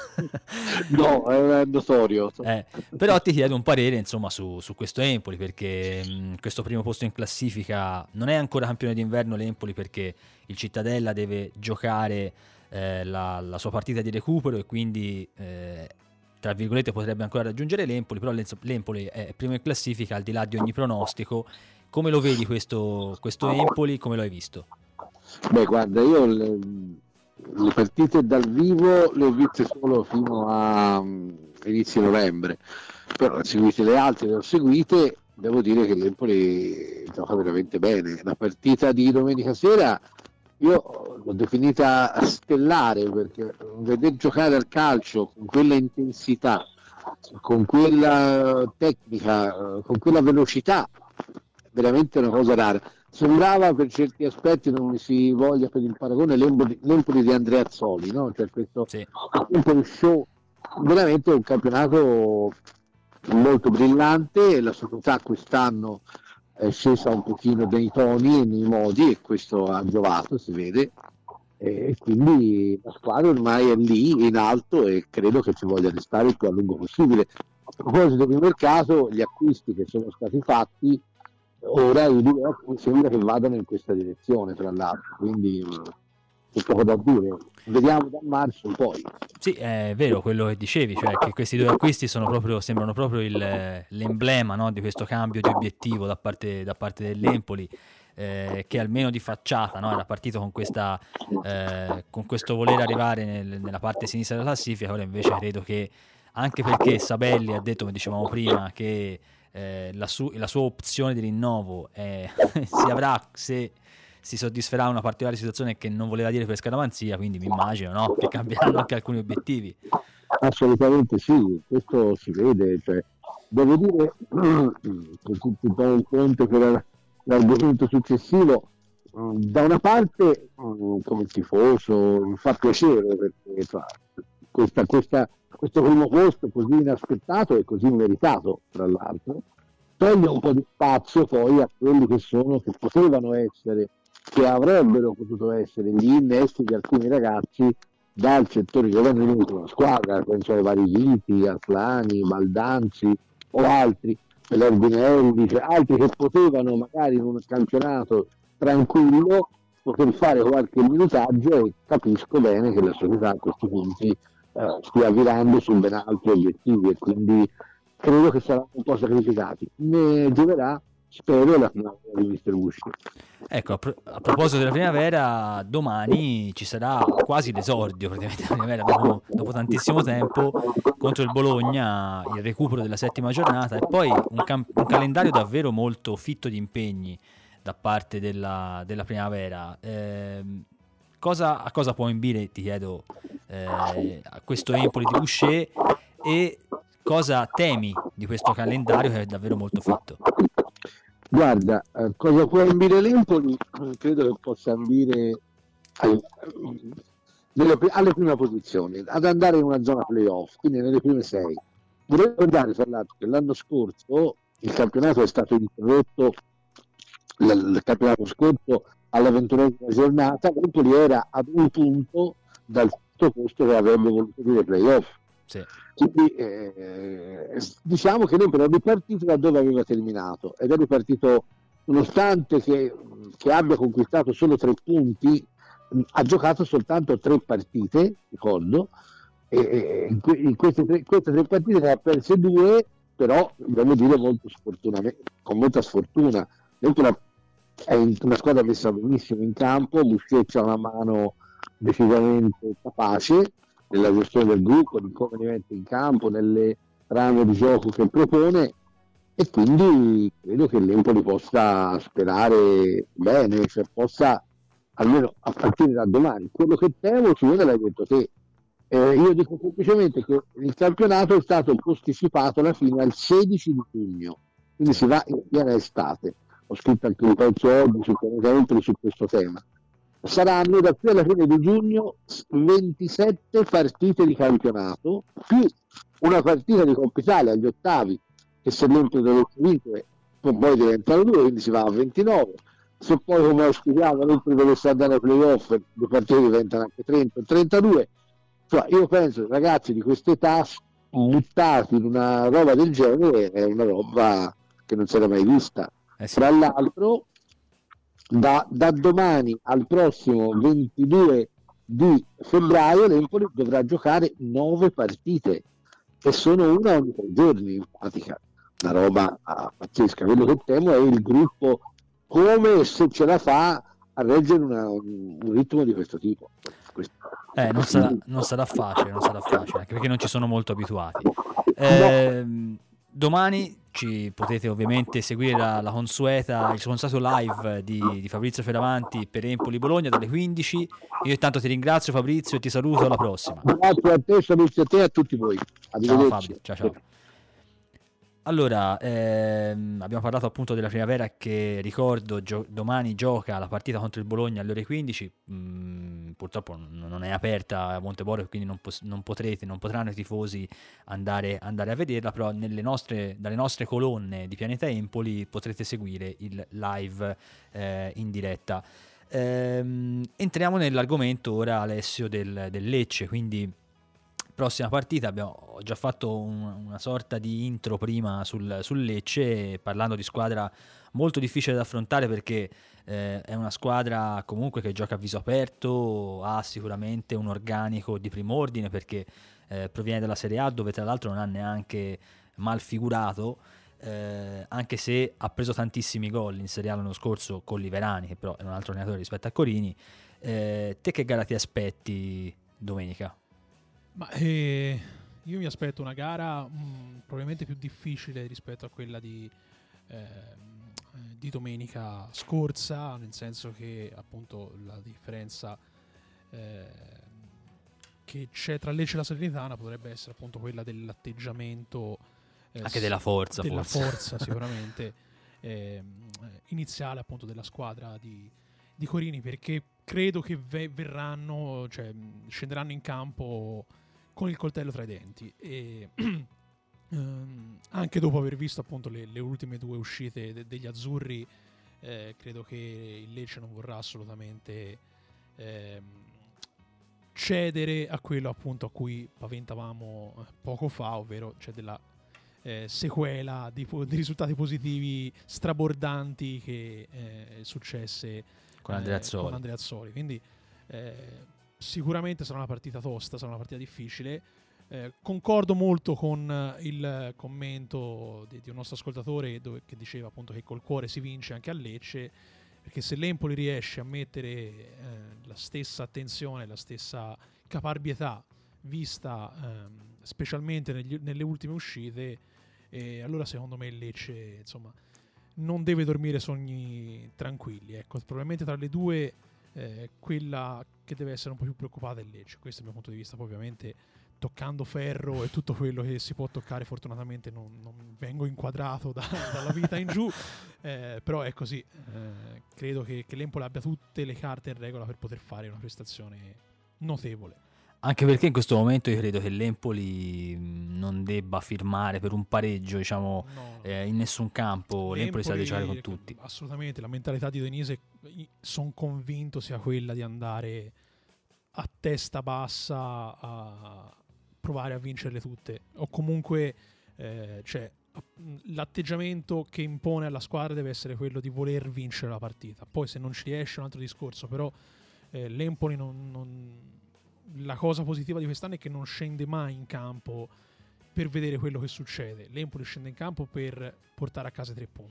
No, è notorio. Però ti chiedo un parere insomma su questo Empoli, perché questo primo posto in classifica non è ancora campione d'inverno l'Empoli, perché il Cittadella deve giocare la sua partita di recupero e quindi tra virgolette potrebbe ancora raggiungere l'Empoli, però l'Empoli è primo in classifica al di là di ogni pronostico. Come lo vedi questo Empoli? Come lo hai visto? Beh, guarda, io le partite dal vivo le ho viste solo fino a inizio novembre, però seguite le altre, le ho seguite. Devo dire che l'Empoli gioca veramente bene. La partita di domenica sera io l'ho definita stellare, perché vedere giocare al calcio con quella intensità, con quella tecnica, con quella velocità, veramente una cosa rara. Sembrava per certi aspetti, non mi si voglia per il paragone, l'Empoli di Andrea Azzoli, no? Cioè questo Empoli show, veramente un campionato molto brillante. La società quest'anno è scesa un pochino nei toni e nei modi, e questo ha giovato, si vede, e quindi la squadra ormai è lì in alto e credo che ci voglia restare il più a lungo possibile. A proposito di mercato, gli acquisti che sono stati fatti ora sembra che vadano in questa direzione, tra l'altro, quindi c'è poco da dire. Vediamo da marzo poi. Sì, è vero quello che dicevi, cioè che questi due acquisti sembrano proprio l'emblema, no, di questo cambio di obiettivo da parte dell'Empoli, che almeno di facciata, no, era partito con questo voler arrivare nella parte sinistra della classifica. Ora invece credo che, anche perché Sabelli ha detto, come dicevamo prima, che la sua opzione di rinnovo si avrà se si soddisferà una particolare situazione, che non voleva dire per scaramanzia, quindi mi immagino, no, che cambieranno anche alcuni obiettivi. Assolutamente sì, questo si vede, cioè, devo dire, così ti do un conto per l'argomento successivo. Da una parte, come tifoso, mi fa piacere, perché questo primo posto così inaspettato e così meritato, tra l'altro, toglie un po' di spazio poi a quelli che potevano essere, che avrebbero potuto essere gli innesti di alcuni ragazzi dal settore che avevano venuto la squadra, penso ai vari Viti, Aslani, Baldanzi o altri, Pelarginelli, cioè altri che potevano magari in un campionato tranquillo poter fare qualche minutaggio, e capisco bene che la società a questi punti stia virando su ben altri obiettivi, e quindi credo che saranno un po' sacrificati. Ne gioverà, spero, la finale di Mister Usci. Ecco, a proposito della primavera, domani ci sarà quasi l'esordio praticamente della primavera dopo tantissimo tempo, contro il Bologna, il recupero della settima giornata, e poi un calendario davvero molto fitto di impegni da parte della primavera. A cosa può ambire, ti chiedo, a questo Empoli di Boucher, e cosa temi di questo calendario che è davvero molto fitto? Guarda, cosa può ambire l'Empoli? Credo che possa ambire alle prime posizioni, ad andare in una zona playoff, quindi nelle prime 6. Vorrei ricordare, tra l'altro, che l'anno scorso il campionato è stato interrotto, il campionato scorso alla 21esima giornata, l'Empoli era ad un punto dal posto che avrebbe voluto dire playoff. Sì. Quindi diciamo che l'Empoli è ripartito da dove aveva terminato, ed è ripartito, nonostante che abbia conquistato solo 3 punti, ha giocato soltanto 3 partite, ricordo, e in queste tre partite ne ha perse 2, però devo dire con molta sfortuna. L'Empoli è una squadra messa benissimo in campo, Boucher c'ha una mano decisamente capace, nella gestione del gruppo, di come li mette in campo, nelle trame di gioco che propone, e quindi credo che l'Empoli possa sperare bene, cioè possa almeno a partire da domani. Quello che temo, Simone, l'hai detto te. Io dico semplicemente che il campionato è stato posticipato alla fine al 16 di giugno, quindi si va in piena estate. Ho scritto anche un pezzo oggi su questo tema. Saranno da qui alla fine di giugno 27 partite di campionato, più una partita di Coppa Italia agli ottavi, che se l'Empoli dovesse vincere poi diventano 2, quindi si va a 29. Se poi, come auspichiamo, l'Empoli dovesse andare ai playoff, le partite diventano anche 30 32. Cioè, io penso, ragazzi di quest'età buttati in una roba del genere è una roba che non si era mai vista. Sì. Tra l'altro, da domani al prossimo 22 di febbraio l'Empoli dovrà giocare 9 partite, e sono una ogni 3 giorni in pratica, una roba pazzesca. Quello che temo è il gruppo, come se ce la fa a reggere un ritmo di questo tipo. Non sarà facile, anche perché non ci sono molto abituati. Domani ci potete ovviamente seguire il consueto live di Fabrizio Fioravanti per Empoli Bologna dalle 15. Io intanto ti ringrazio, Fabrizio, e ti saluto. Alla prossima. Grazie a te, saluti a te e a tutti voi. Ciao Fabio, ciao. Allora, abbiamo parlato appunto della Primavera, che ricordo domani gioca la partita contro il Bologna alle ore 15. Purtroppo non è aperta a Monteboro, quindi non potranno i tifosi andare a vederla, però dalle nostre colonne di Pianeta Empoli potrete seguire il live in diretta. Entriamo nell'argomento ora, Alessio, del Lecce, quindi prossima partita. Ho già fatto una sorta di intro prima sul Lecce, parlando di squadra molto difficile da affrontare, perché è una squadra comunque che gioca a viso aperto, ha sicuramente un organico di prim'ordine, perché proviene dalla Serie A, dove tra l'altro non ha neanche mal figurato, anche se ha preso tantissimi gol in Serie A l'anno scorso con Liverani, che però è un altro allenatore rispetto a Corini. Te che gara ti aspetti domenica? Ma io mi aspetto una gara probabilmente più difficile rispetto a quella di domenica scorsa, nel senso che appunto la differenza che c'è tra Lecce e la Salernitana potrebbe essere appunto quella dell'atteggiamento, anche della forza sicuramente iniziale appunto della squadra di Corini, perché credo che scenderanno in campo con il coltello tra i denti, e anche dopo aver visto appunto le ultime 2 uscite degli azzurri, credo che il Lecce non vorrà assolutamente cedere a quello appunto a cui paventavamo poco fa, ovvero della sequela di risultati positivi strabordanti che successe con Andrea Azzoli. Quindi sicuramente sarà una partita tosta, sarà una partita difficile. Concordo molto con il commento di un nostro ascoltatore che diceva appunto che col cuore si vince anche a Lecce, perché se l'Empoli riesce a mettere la stessa attenzione, la stessa caparbietà vista specialmente nelle ultime uscite, allora secondo me il Lecce, insomma, non deve dormire sogni tranquilli. Ecco, probabilmente tra le due quella che deve essere un po' più preoccupata è il Lecce. Questo è il mio punto di vista. Poi ovviamente, toccando ferro e tutto quello che si può toccare, fortunatamente non vengo inquadrato dalla vita in giù, però è così. Credo che l'Empoli abbia tutte le carte in regola per poter fare una prestazione notevole. Anche perché in questo momento io credo che l'Empoli non debba firmare per un pareggio, diciamo, no. In nessun campo. L'Empoli sa di giocare con tutti. Assolutamente, la mentalità di Denise sono convinto sia quella di andare a testa bassa a provare a vincerle tutte, o comunque l'atteggiamento che impone alla squadra deve essere quello di voler vincere la partita. Poi se non ci riesce è un altro discorso, però l'Empoli la cosa positiva di quest'anno è che non scende mai in campo per vedere quello che succede. L'Empoli scende in campo per portare a casa 3 punti,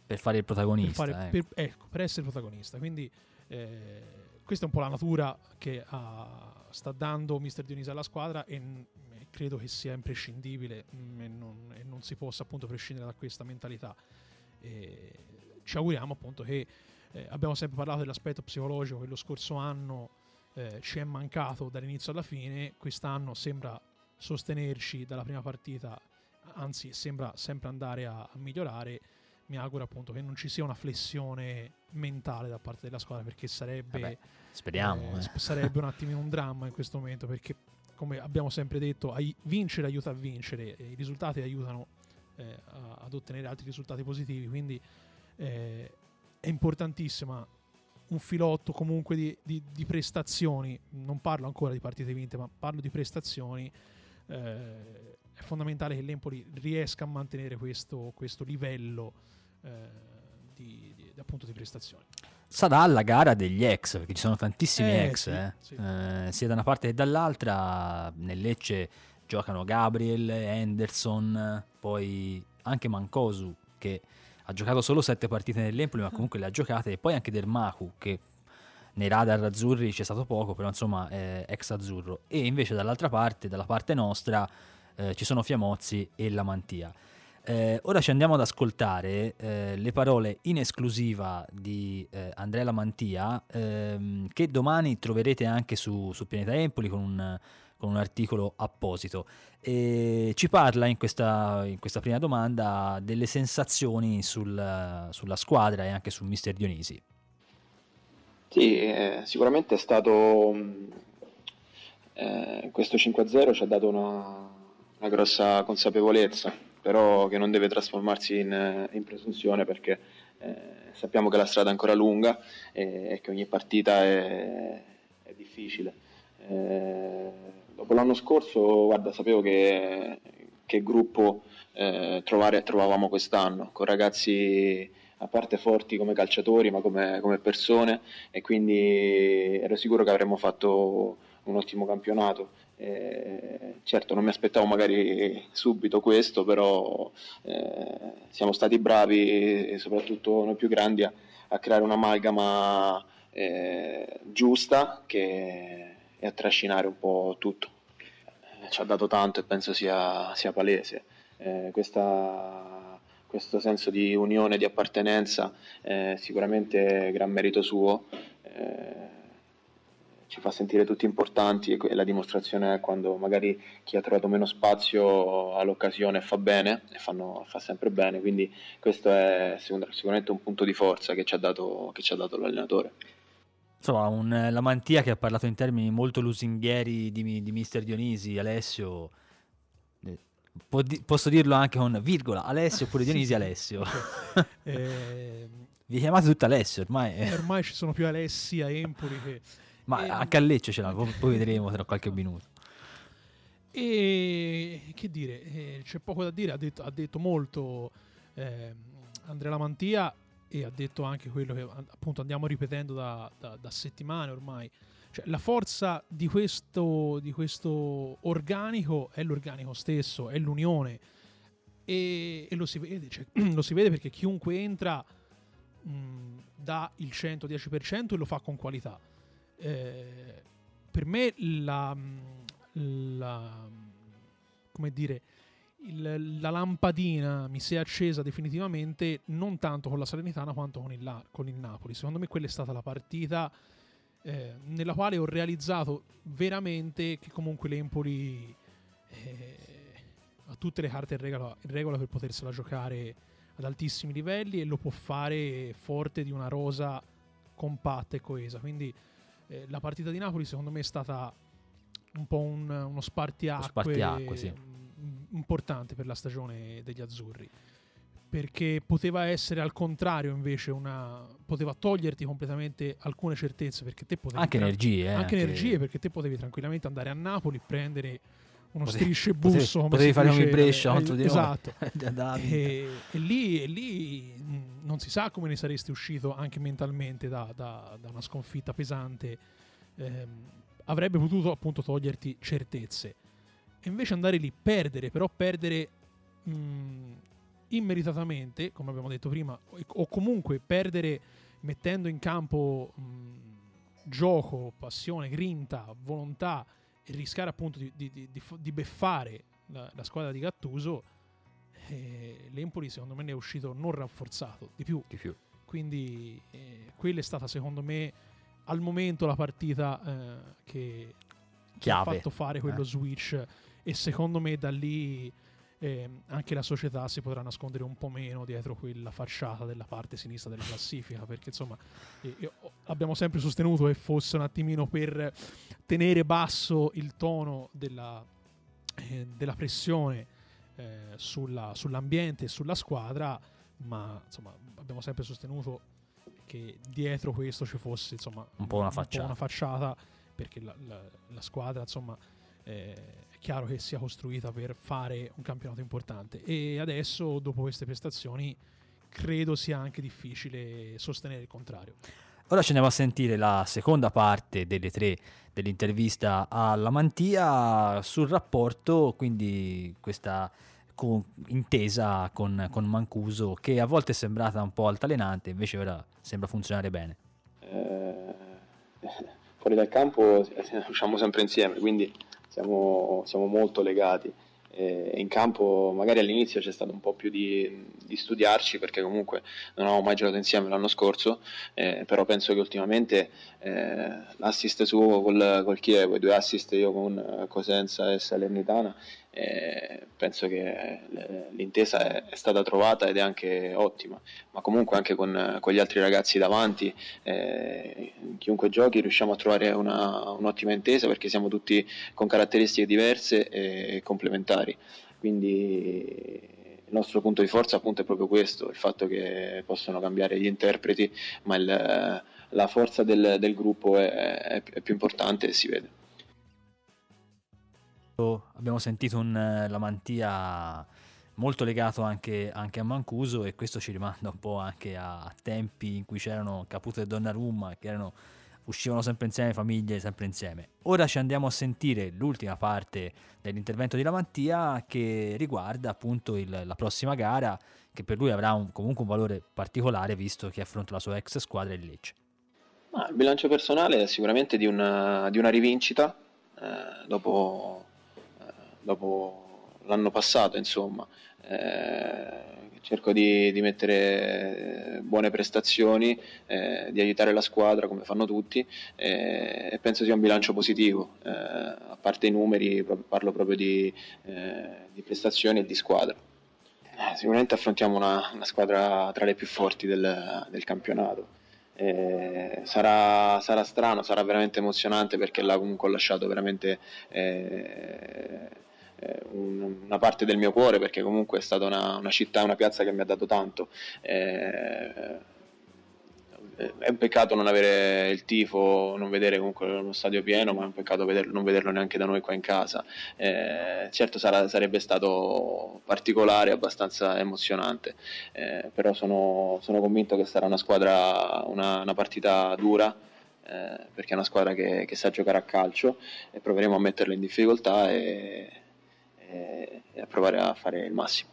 per fare il protagonista, per essere protagonista. Quindi questa è un po' la natura che sta dando Mister Dionisi alla squadra, e credo che sia imprescindibile, e non si possa appunto prescindere da questa mentalità. Ci auguriamo appunto che abbiamo sempre parlato dell'aspetto psicologico che lo scorso anno ci è mancato dall'inizio alla fine. Quest'anno sembra sostenerci dalla prima partita, anzi sembra sempre andare a migliorare. Mi auguro appunto che non ci sia una flessione mentale da parte della squadra, perché sarebbe speriamo sarebbe un attimino un dramma in questo momento, perché come abbiamo sempre detto, vincere aiuta a vincere, i risultati aiutano ad ottenere altri risultati positivi, quindi è importantissima un filotto comunque di prestazioni. Non parlo ancora di partite vinte, ma parlo di prestazioni. È fondamentale che l'Empoli riesca a mantenere questo livello appunto di prestazioni. Sarà la gara degli ex, perché ci sono tantissimi ex, sì. Sia da una parte che dall'altra. Nel Lecce giocano Gabriel, Henderson, poi anche Mancosu, che ha giocato solo 7 partite nell'Empoli, ma comunque le ha giocate, e poi anche Dermaku, che nei radar azzurri c'è stato poco, però insomma è ex azzurro. E invece dall'altra parte, dalla parte nostra, ci sono Fiamozzi e Lamantia. Ora ci andiamo ad ascoltare le parole in esclusiva di Andrea Lamantia, che domani troverete anche su Pianeta Empoli con un articolo apposito. Ci parla in questa prima domanda delle sensazioni sulla squadra e anche su Mister Dionisi. Sì, sicuramente è stato questo 5-0 ci ha dato una grossa consapevolezza, però che non deve trasformarsi in presunzione, perché sappiamo che la strada è ancora lunga e che ogni partita è difficile. Dopo l'anno scorso, guarda, sapevo che gruppo trovavamo quest'anno, con ragazzi a parte forti come calciatori, ma come persone, e quindi ero sicuro che avremmo fatto un ottimo campionato. Certo, non mi aspettavo magari subito questo, però siamo stati bravi, e soprattutto noi più grandi, a creare un'amalgama giusta e a trascinare un po' tutto. Ci ha dato tanto e penso sia palese. Questo senso di unione, di appartenenza, sicuramente gran merito suo, ci fa sentire tutti importanti, e la dimostrazione è quando magari chi ha trovato meno spazio all'occasione fa bene, e fa sempre bene, quindi questo è sicuramente un punto di forza che ci ha dato l'allenatore. Insomma, Lamantia che ha parlato in termini molto lusinghieri di Mister Dionisi. Alessio, posso dirlo anche con virgola, Alessio oppure Dionisi. Sì. Alessio. Vi chiamate tutti Alessio ormai. Ormai ci sono più Alessi a Empoli che... Ma anche a Lecce ce l'ha, poi vedremo tra qualche minuto. E che dire, c'è poco da dire, ha detto molto Andrea Lamantia, e ha detto anche quello che appunto andiamo ripetendo da settimane ormai. Cioè, la forza di questo organico è l'organico stesso, è l'unione, e lo si vede, cioè, lo si vede perché chiunque entra dà il 110% e lo fa con qualità. Per me come dire, la lampadina mi si è accesa definitivamente non tanto con la Salernitana quanto con il Napoli. Secondo me quella è stata la partita nella quale ho realizzato veramente che comunque l'Empoli ha tutte le carte in regola per potersela giocare ad altissimi livelli, e lo può fare forte di una rosa compatta e coesa. Quindi la partita di Napoli secondo me è stata un po' uno spartiacque, sì, importante per la stagione degli azzurri, perché poteva essere al contrario invece poteva toglierti completamente alcune certezze, perché te potevi anche energie, perché te potevi tranquillamente andare a Napoli, prendere uno striscebusso, potevi fare un Brescia contro di noi. Esatto. e lì non si sa come ne saresti uscito anche mentalmente da una sconfitta pesante. Avrebbe potuto appunto toglierti certezze, e invece andare lì, perdere immeritatamente, come abbiamo detto prima, o comunque perdere mettendo in campo gioco, passione, grinta, volontà, e rischiare appunto di beffare la squadra di Gattuso, l'Empoli secondo me ne è uscito non rafforzato, di più. Quindi quella è stata secondo me al momento la partita che ha fatto fare quello switch, e secondo me da lì anche la società si potrà nascondere un po' meno dietro quella facciata della parte sinistra della classifica, perché insomma abbiamo sempre sostenuto che fosse un attimino per tenere basso il tono della pressione sull'ambiente e sulla squadra, ma insomma abbiamo sempre sostenuto che dietro questo ci fosse insomma un po' una facciata, perché la squadra insomma è chiaro che sia costruita per fare un campionato importante, e adesso dopo queste prestazioni credo sia anche difficile sostenere il contrario. Ora ci andiamo a sentire la seconda parte delle 3 dell'intervista alla Mantia sul rapporto, quindi questa intesa con Mancuso, che a volte è sembrata un po' altalenante, invece ora sembra funzionare bene. Fuori dal campo usciamo sempre insieme, quindi siamo molto legati. In campo magari all'inizio c'è stato un po' più di studiarci, perché comunque non avevamo mai giocato insieme l'anno scorso, però penso che ultimamente l'assist suo col Chievo, i 2 assist io con Cosenza e Salernitana, penso che l'intesa è stata trovata ed è anche ottima, ma comunque anche con gli altri ragazzi davanti, chiunque giochi riusciamo a trovare un'ottima intesa, perché siamo tutti con caratteristiche diverse e complementari, quindi il nostro punto di forza appunto è proprio questo, il fatto che possono cambiare gli interpreti, ma la forza del gruppo è più importante e si vede. Abbiamo sentito la Mantia molto legato anche a Mancuso, e questo ci rimanda un po' anche a tempi in cui c'erano Caputo e Donnarumma, che uscivano sempre insieme, famiglie sempre insieme. Ora ci andiamo a sentire l'ultima parte dell'intervento di La Mantia, che riguarda appunto la prossima gara, che per lui avrà comunque un valore particolare, visto che affronta la sua ex squadra, il Lecce. Il bilancio personale è sicuramente di una rivincita dopo l'anno passato, insomma. Cerco di mettere buone prestazioni, di aiutare la squadra come fanno tutti, e penso sia un bilancio positivo, a parte i numeri parlo proprio di prestazioni e di squadra. Sicuramente affrontiamo una squadra tra le più forti del campionato. Sarà strano, sarà veramente emozionante, perché là comunque ho lasciato veramente una parte del mio cuore, perché comunque è stata una città, una piazza che mi ha dato tanto. È un peccato non avere il tifo, non vedere comunque uno stadio pieno, ma è un peccato non vederlo neanche da noi qua in casa. Certo sarebbe stato particolare, abbastanza emozionante, però sono convinto che sarà una squadra, una partita dura, perché è una squadra che sa giocare a calcio, e proveremo a metterla in difficoltà e a provare a fare il massimo.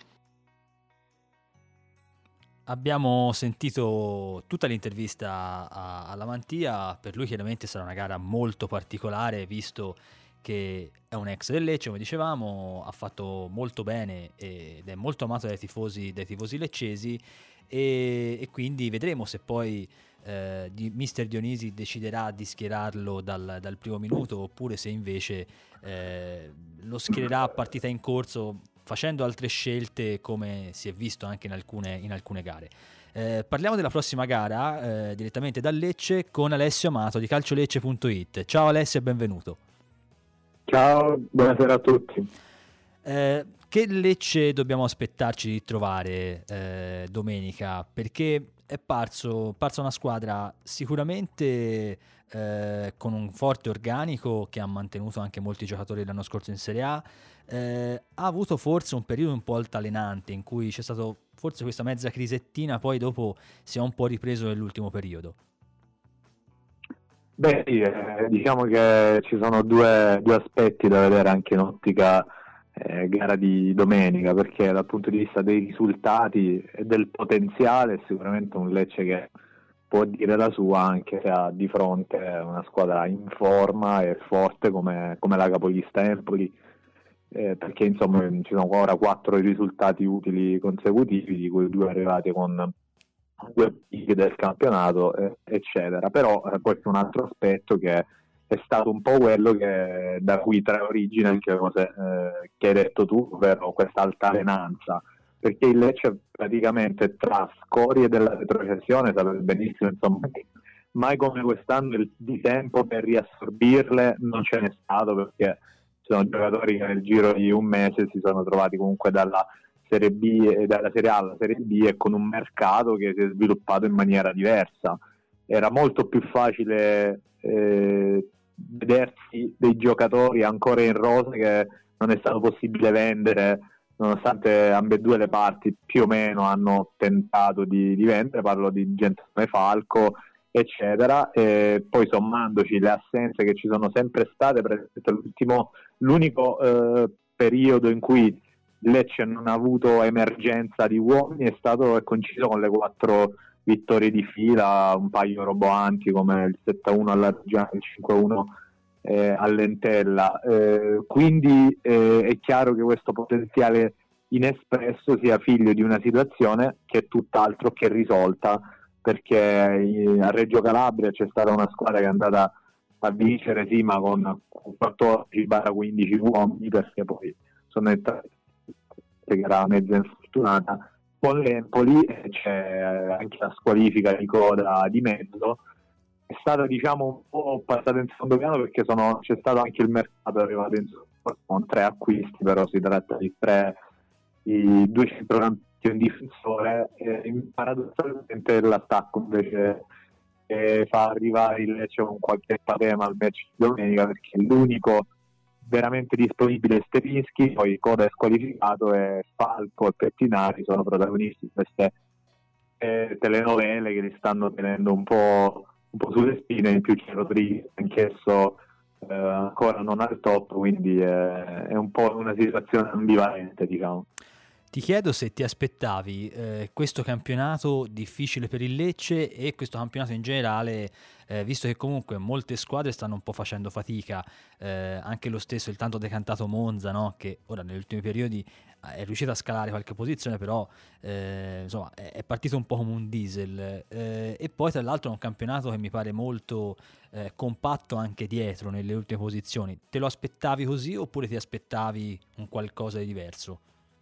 Abbiamo sentito tutta l'intervista alla Mantia. Per lui chiaramente sarà una gara molto particolare, visto che è un ex del Lecce, come dicevamo, ha fatto molto bene ed è molto amato dai tifosi leccesi, e quindi vedremo se poi Mister Dionisi deciderà di schierarlo dal primo minuto, oppure se invece lo schiererà a partita in corso, facendo altre scelte, come si è visto anche in alcune gare. Parliamo della prossima gara direttamente dal Lecce con Alessio Amato di calciolecce.it. Ciao Alessio e benvenuto. Ciao, buonasera a tutti. Che Lecce dobbiamo aspettarci di trovare domenica? Perché è parsa una squadra sicuramente con un forte organico, che ha mantenuto anche molti giocatori l'anno scorso in Serie A. Ha avuto forse un periodo un po' altalenante, in cui c'è stato forse questa mezza crisettina, poi dopo si è un po' ripreso nell'ultimo periodo. Diciamo che ci sono due aspetti da vedere anche in ottica gara di domenica, perché dal punto di vista dei risultati e del potenziale è sicuramente un Lecce che può dire la sua, anche se ha di fronte una squadra in forma e forte come la capolista Empoli, perché insomma ci sono ora 4 risultati utili consecutivi, di cui 2 arrivati con 2 pick del campionato, eccetera. Però questo è un altro aspetto che è stato un po' quello da cui trae origine anche le cose che hai detto tu, ovvero questa altalenanza, perché il Lecce praticamente tra scorie della retrocessione, sapete benissimo, insomma, che mai come quest'anno di tempo per riassorbirle non ce n'è stato, perché ci sono giocatori che nel giro di un mese si sono trovati comunque dalla Serie B e dalla Serie A alla Serie B, e con un mercato che si è sviluppato in maniera diversa. Era molto più facile vedersi dei giocatori ancora in rosa che non è stato possibile vendere, nonostante ambedue le parti più o meno hanno tentato di vendere. Parlo di gente come Falco, eccetera, e poi sommandoci le assenze che ci sono sempre state, l'unico periodo in cui Lecce non ha avuto emergenza di uomini è coinciso con le 4 vittorie di fila, un paio roboanti come il 7-1 alla Reggiana, il 5-1 all'Entella, quindi è chiaro che questo potenziale inespresso sia figlio di una situazione che è tutt'altro che risolta, perché a Reggio Calabria c'è stata una squadra che è andata a vincere, sì, ma con 14-15 uomini, perché poi sono entrati, che era mezza infortunata. Con l'Empoli c'è anche la squalifica di coda di mezzo, è stata diciamo un po' passata in secondo piano, perché c'è stato anche il mercato, è arrivato con 3 acquisti, però si tratta di 2 centrocampisti e un difensore, paradossalmente l'attacco invece fa arrivare il Lecce con qualche patema al match di domenica, perché l'unico veramente disponibile è Stepinski, poi Coda è squalificato e Falco e Pettinari sono protagonisti di queste telenovele che li stanno tenendo un po' sulle spine. In più c'è Rodriguez, anch'esso ancora non al top, quindi è un po' una situazione ambivalente, diciamo. Ti chiedo se ti aspettavi questo campionato difficile per il Lecce e questo campionato in generale, visto che comunque molte squadre stanno un po' facendo fatica, anche lo stesso il tanto decantato Monza, no? Che ora negli ultimi periodi è riuscito a scalare qualche posizione, però insomma è partito un po' come un diesel, e poi tra l'altro è un campionato che mi pare molto compatto anche dietro nelle ultime posizioni. Te lo aspettavi così oppure ti aspettavi un qualcosa di diverso?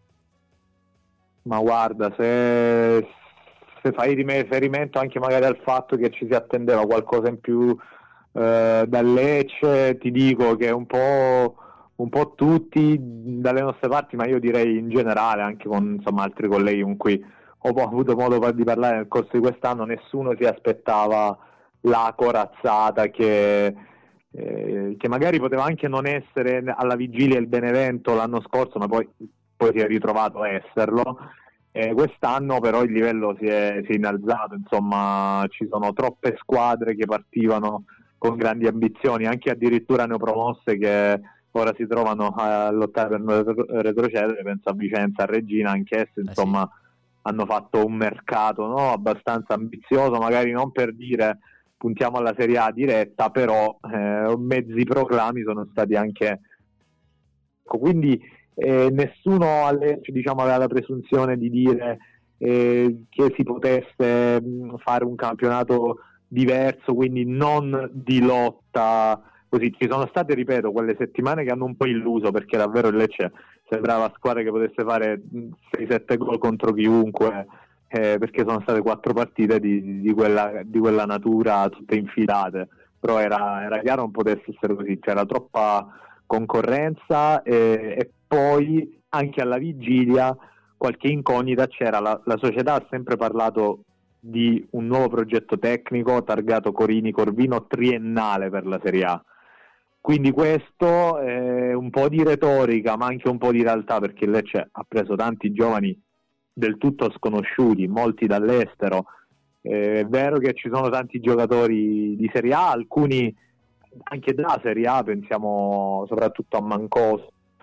Ma guarda, se fai riferimento anche magari al fatto che ci si attendeva qualcosa in più dal Lecce, ti dico che un po' tutti dalle nostre parti, ma io direi in generale anche con insomma altri colleghi con cui ho avuto modo di parlare nel corso di quest'anno, nessuno si aspettava la corazzata che magari poteva anche non essere alla vigilia del Benevento l'anno scorso, ma poi si è ritrovato a esserlo. Quest'anno però il livello si è innalzato, insomma ci sono troppe squadre che partivano con grandi ambizioni, anche addirittura neopromosse che ora si trovano a lottare per non retrocedere. Penso a Vicenza, a Reggina, anch'esse insomma hanno fatto un mercato, no, abbastanza ambizioso, magari non per dire puntiamo alla Serie A diretta, però mezzi proclami sono stati anche, quindi nessuno diciamo aveva la presunzione di dire che si potesse fare un campionato diverso, quindi non di lotta così. Ci sono state, ripeto, quelle settimane che hanno un po' illuso, perché davvero il Lecce sembrava squadra che potesse fare 6-7 gol contro chiunque, perché sono state 4 partite di quella natura tutte infilate, però era chiaro non potesse essere così, c'era troppa concorrenza e poi anche alla vigilia qualche incognita c'era. La società ha sempre parlato di un nuovo progetto tecnico targato Corini Corvino triennale per la Serie A, quindi questo è un po' di retorica ma anche un po' di realtà, perché il Lecce ha preso tanti giovani del tutto sconosciuti, molti dall'estero. È vero che ci sono tanti giocatori di Serie A, alcuni anche da Serie A, pensiamo soprattutto a Mancoso,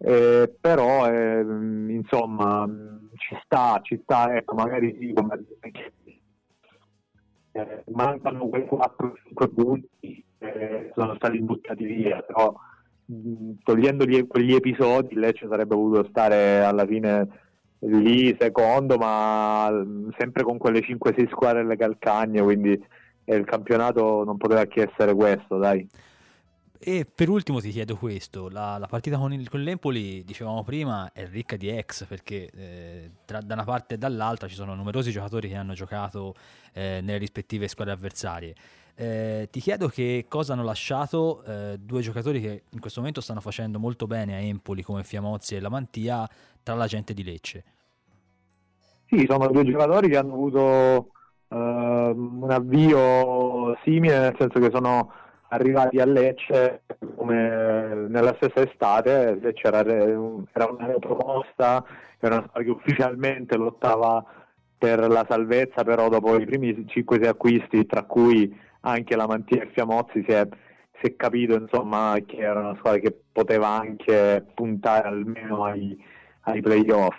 però insomma ci sta, ecco, magari sì, come mancano quei 4-5 punti sono stati buttati via, però togliendo quegli episodi Lecce sarebbe potuto stare alla fine lì secondo, ma sempre con quelle 5-6 squadre alle calcagne, quindi il campionato non poteva che essere questo, dai. E per ultimo ti chiedo questo, la partita con l'Empoli, dicevamo prima, è ricca di ex, perché da una parte e dall'altra ci sono numerosi giocatori che hanno giocato nelle rispettive squadre avversarie. Ti chiedo che cosa hanno lasciato due giocatori che in questo momento stanno facendo molto bene a Empoli, come Fiamozzi e Lamantia, tra la gente di Lecce. Sì, sono due giocatori che hanno avuto un avvio simile, nel senso che sono arrivati a Lecce come nella stessa estate. Lecce era una neopromossa, era una squadra che ufficialmente lottava per la salvezza, però dopo i primi 5-6 acquisti, tra cui anche Lamantia e Fiamozzi, si è capito insomma che era una squadra che poteva anche puntare almeno ai playoff.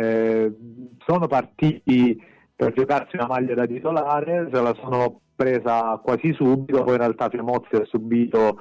Sono partiti per giocarsi una maglia da titolare, se la sono presa quasi subito, poi in realtà Fiamozzi ha subito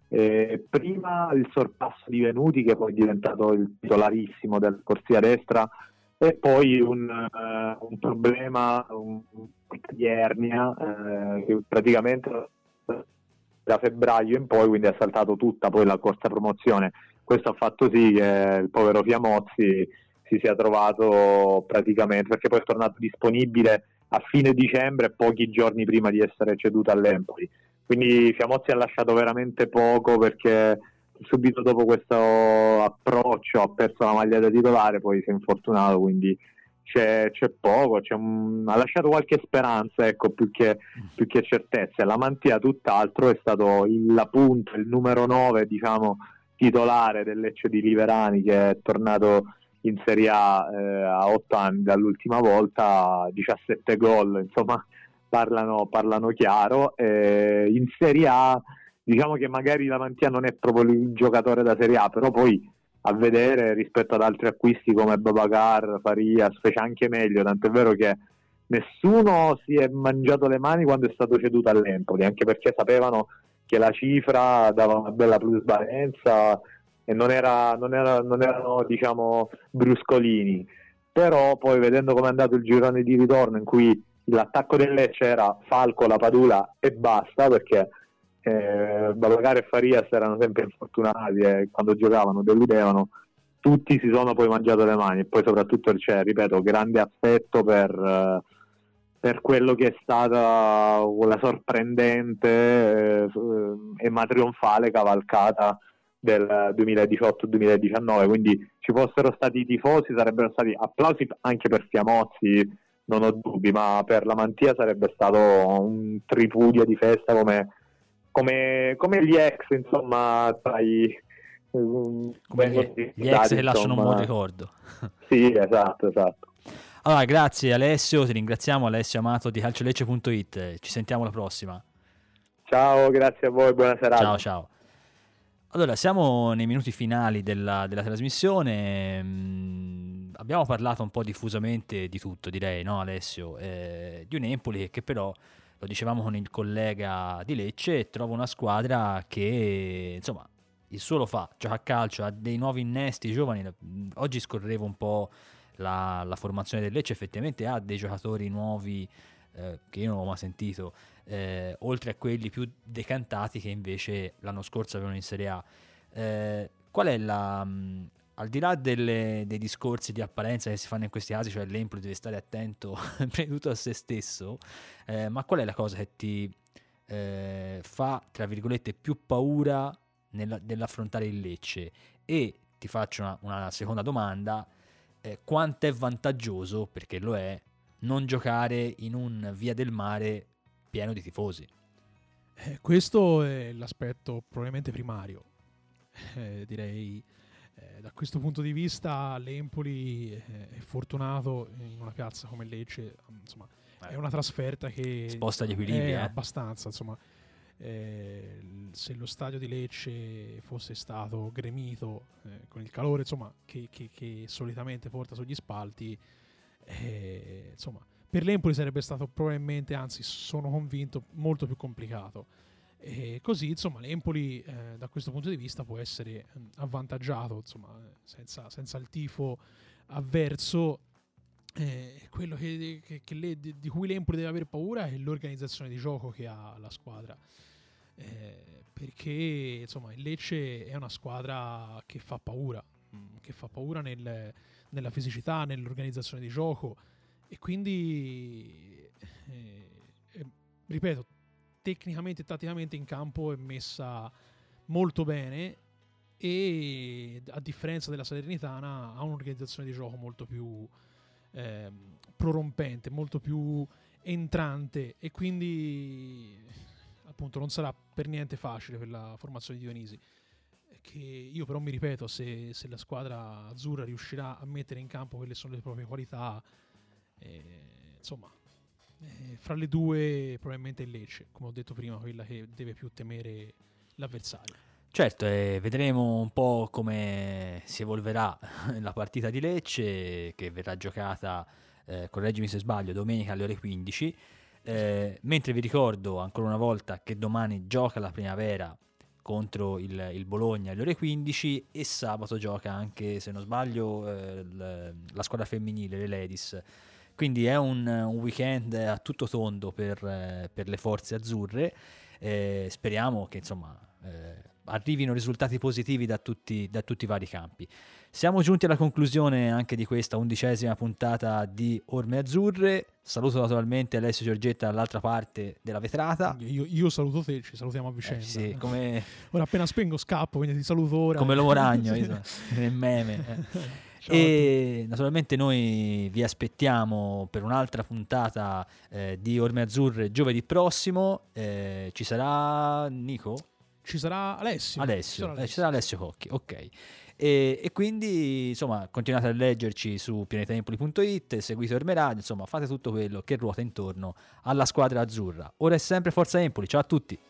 prima il sorpasso di Venuti, che poi è diventato il titolarissimo del corsia destra, e poi un problema di ernia che praticamente da febbraio in poi, quindi ha saltato tutta poi la corsa promozione. Questo ha fatto sì che il povero Fiamozzi si sia trovato praticamente, perché poi è tornato disponibile a fine dicembre, pochi giorni prima di essere ceduto all'Empoli. Quindi Fiamozzi ha lasciato veramente poco, perché subito dopo questo approccio ha perso la maglia da titolare, poi si è infortunato, quindi c'è poco, ha lasciato qualche speranza, ecco, più che certezze. La Mantia tutt'altro, è stato l'appunto, il numero 9, diciamo, titolare del Lecce di Liverani, che è tornato in Serie A 8 anni dall'ultima volta, 17 gol, insomma parlano chiaro. In Serie A diciamo che magari la Mantia non è proprio il giocatore da Serie A, però poi a vedere rispetto ad altri acquisti come Babacar, Farias, fece anche meglio, tant'è vero che nessuno si è mangiato le mani quando è stato ceduto all'Empoli, anche perché sapevano che la cifra dava una bella plusvalenza e non erano diciamo bruscolini. Però poi, vedendo come è andato il girone di ritorno, in cui l'attacco del Lecce era Falco, La Padula e basta, perché Babacar e Farias erano sempre infortunati e quando giocavano deludevano, tutti si sono poi mangiato le mani. E poi soprattutto c'è, ripeto, grande affetto per quello che è stata la sorprendente e trionfale cavalcata del 2018-2019, quindi ci fossero stati i tifosi, sarebbero stati applausi anche per Fiamozzi, non ho dubbi, ma per la Mantia sarebbe stato un tripudio di festa come gli ex, insomma, tra gli ex che lasciano un buon ricordo. Sì, esatto. Allora, grazie Alessio, ti ringraziamo, Alessio Amato di calciolecce.it, ci sentiamo alla prossima. Ciao, grazie a voi, buona serata. Ciao. Allora, siamo nei minuti finali della trasmissione. Abbiamo parlato un po' diffusamente di tutto, direi, no Alessio? Di un Empoli che però, lo dicevamo con il collega di Lecce, trova una squadra che, insomma, il suo lo fa, gioca a calcio, ha dei nuovi innesti giovani. Oggi scorrevo un po' la formazione del Lecce, effettivamente ha dei giocatori nuovi che io non ho mai sentito, oltre a quelli più decantati che invece l'anno scorso avevano in Serie A. Qual è al di là dei discorsi di apparenza che si fanno in questi casi, cioè l'Empoli deve stare attento prima di tutto a se stesso, ma qual è la cosa che ti fa, tra virgolette, più paura nell'affrontare il Lecce? E ti faccio una seconda domanda: quanto è vantaggioso, perché lo è, non giocare in un Via del Mare pieno di tifosi? Questo è l'aspetto probabilmente primario, direi. Da questo punto di vista l'Empoli è fortunato in una piazza come Lecce, insomma, è una trasferta che sposta gli equilibri, è abbastanza, insomma. se lo stadio di Lecce fosse stato gremito con il calore, insomma, che solitamente porta sugli spalti, insomma, per l'Empoli sarebbe stato probabilmente, anzi sono convinto, molto più complicato. E così, insomma, l'Empoli da questo punto di vista può essere avvantaggiato, insomma, senza il tifo avverso. Quello di cui l'Empoli deve avere paura è l'organizzazione di gioco che ha la squadra, perché insomma il Lecce è una squadra che fa paura nella fisicità, nell'organizzazione di gioco, e quindi ripeto, tecnicamente e tatticamente in campo è messa molto bene, e a differenza della Salernitana ha un'organizzazione di gioco molto più prorompente, molto più entrante, e quindi appunto non sarà per niente facile per la formazione di Dionisi, che io però mi ripeto, se la squadra azzurra riuscirà a mettere in campo quelle sono le proprie qualità, insomma, fra le due probabilmente il Lecce, come ho detto prima, quella che deve più temere l'avversario. Certo, vedremo un po' come si evolverà la partita di Lecce, che verrà giocata, correggimi se sbaglio, domenica alle ore 15, mentre vi ricordo ancora una volta che domani gioca la Primavera contro il Bologna alle ore 15, e sabato gioca anche, se non sbaglio, la squadra femminile, le Ladies. Quindi è un weekend a tutto tondo per le forze azzurre. Speriamo che insomma arrivino risultati positivi da tutti i vari campi. Siamo giunti alla conclusione anche di questa 11ª puntata di Orme Azzurre. Saluto naturalmente Alessio Giorgetta dall'altra parte della vetrata. Io saluto te, ci salutiamo a vicenda. Sì, come... Ora appena spengo scappo, quindi ti saluto ora. Come l'uomo ragno, nel meme. E naturalmente noi vi aspettiamo per un'altra puntata di Orme Azzurre giovedì prossimo. Ci sarà Nico? Ci sarà Alessio. Ci sarà Alessio Cocchi, ok. E quindi insomma continuate a leggerci su pianetaempoli.it, seguite Orme Radio, insomma fate tutto quello che ruota intorno alla squadra azzurra. Ora è sempre Forza Empoli, ciao a tutti.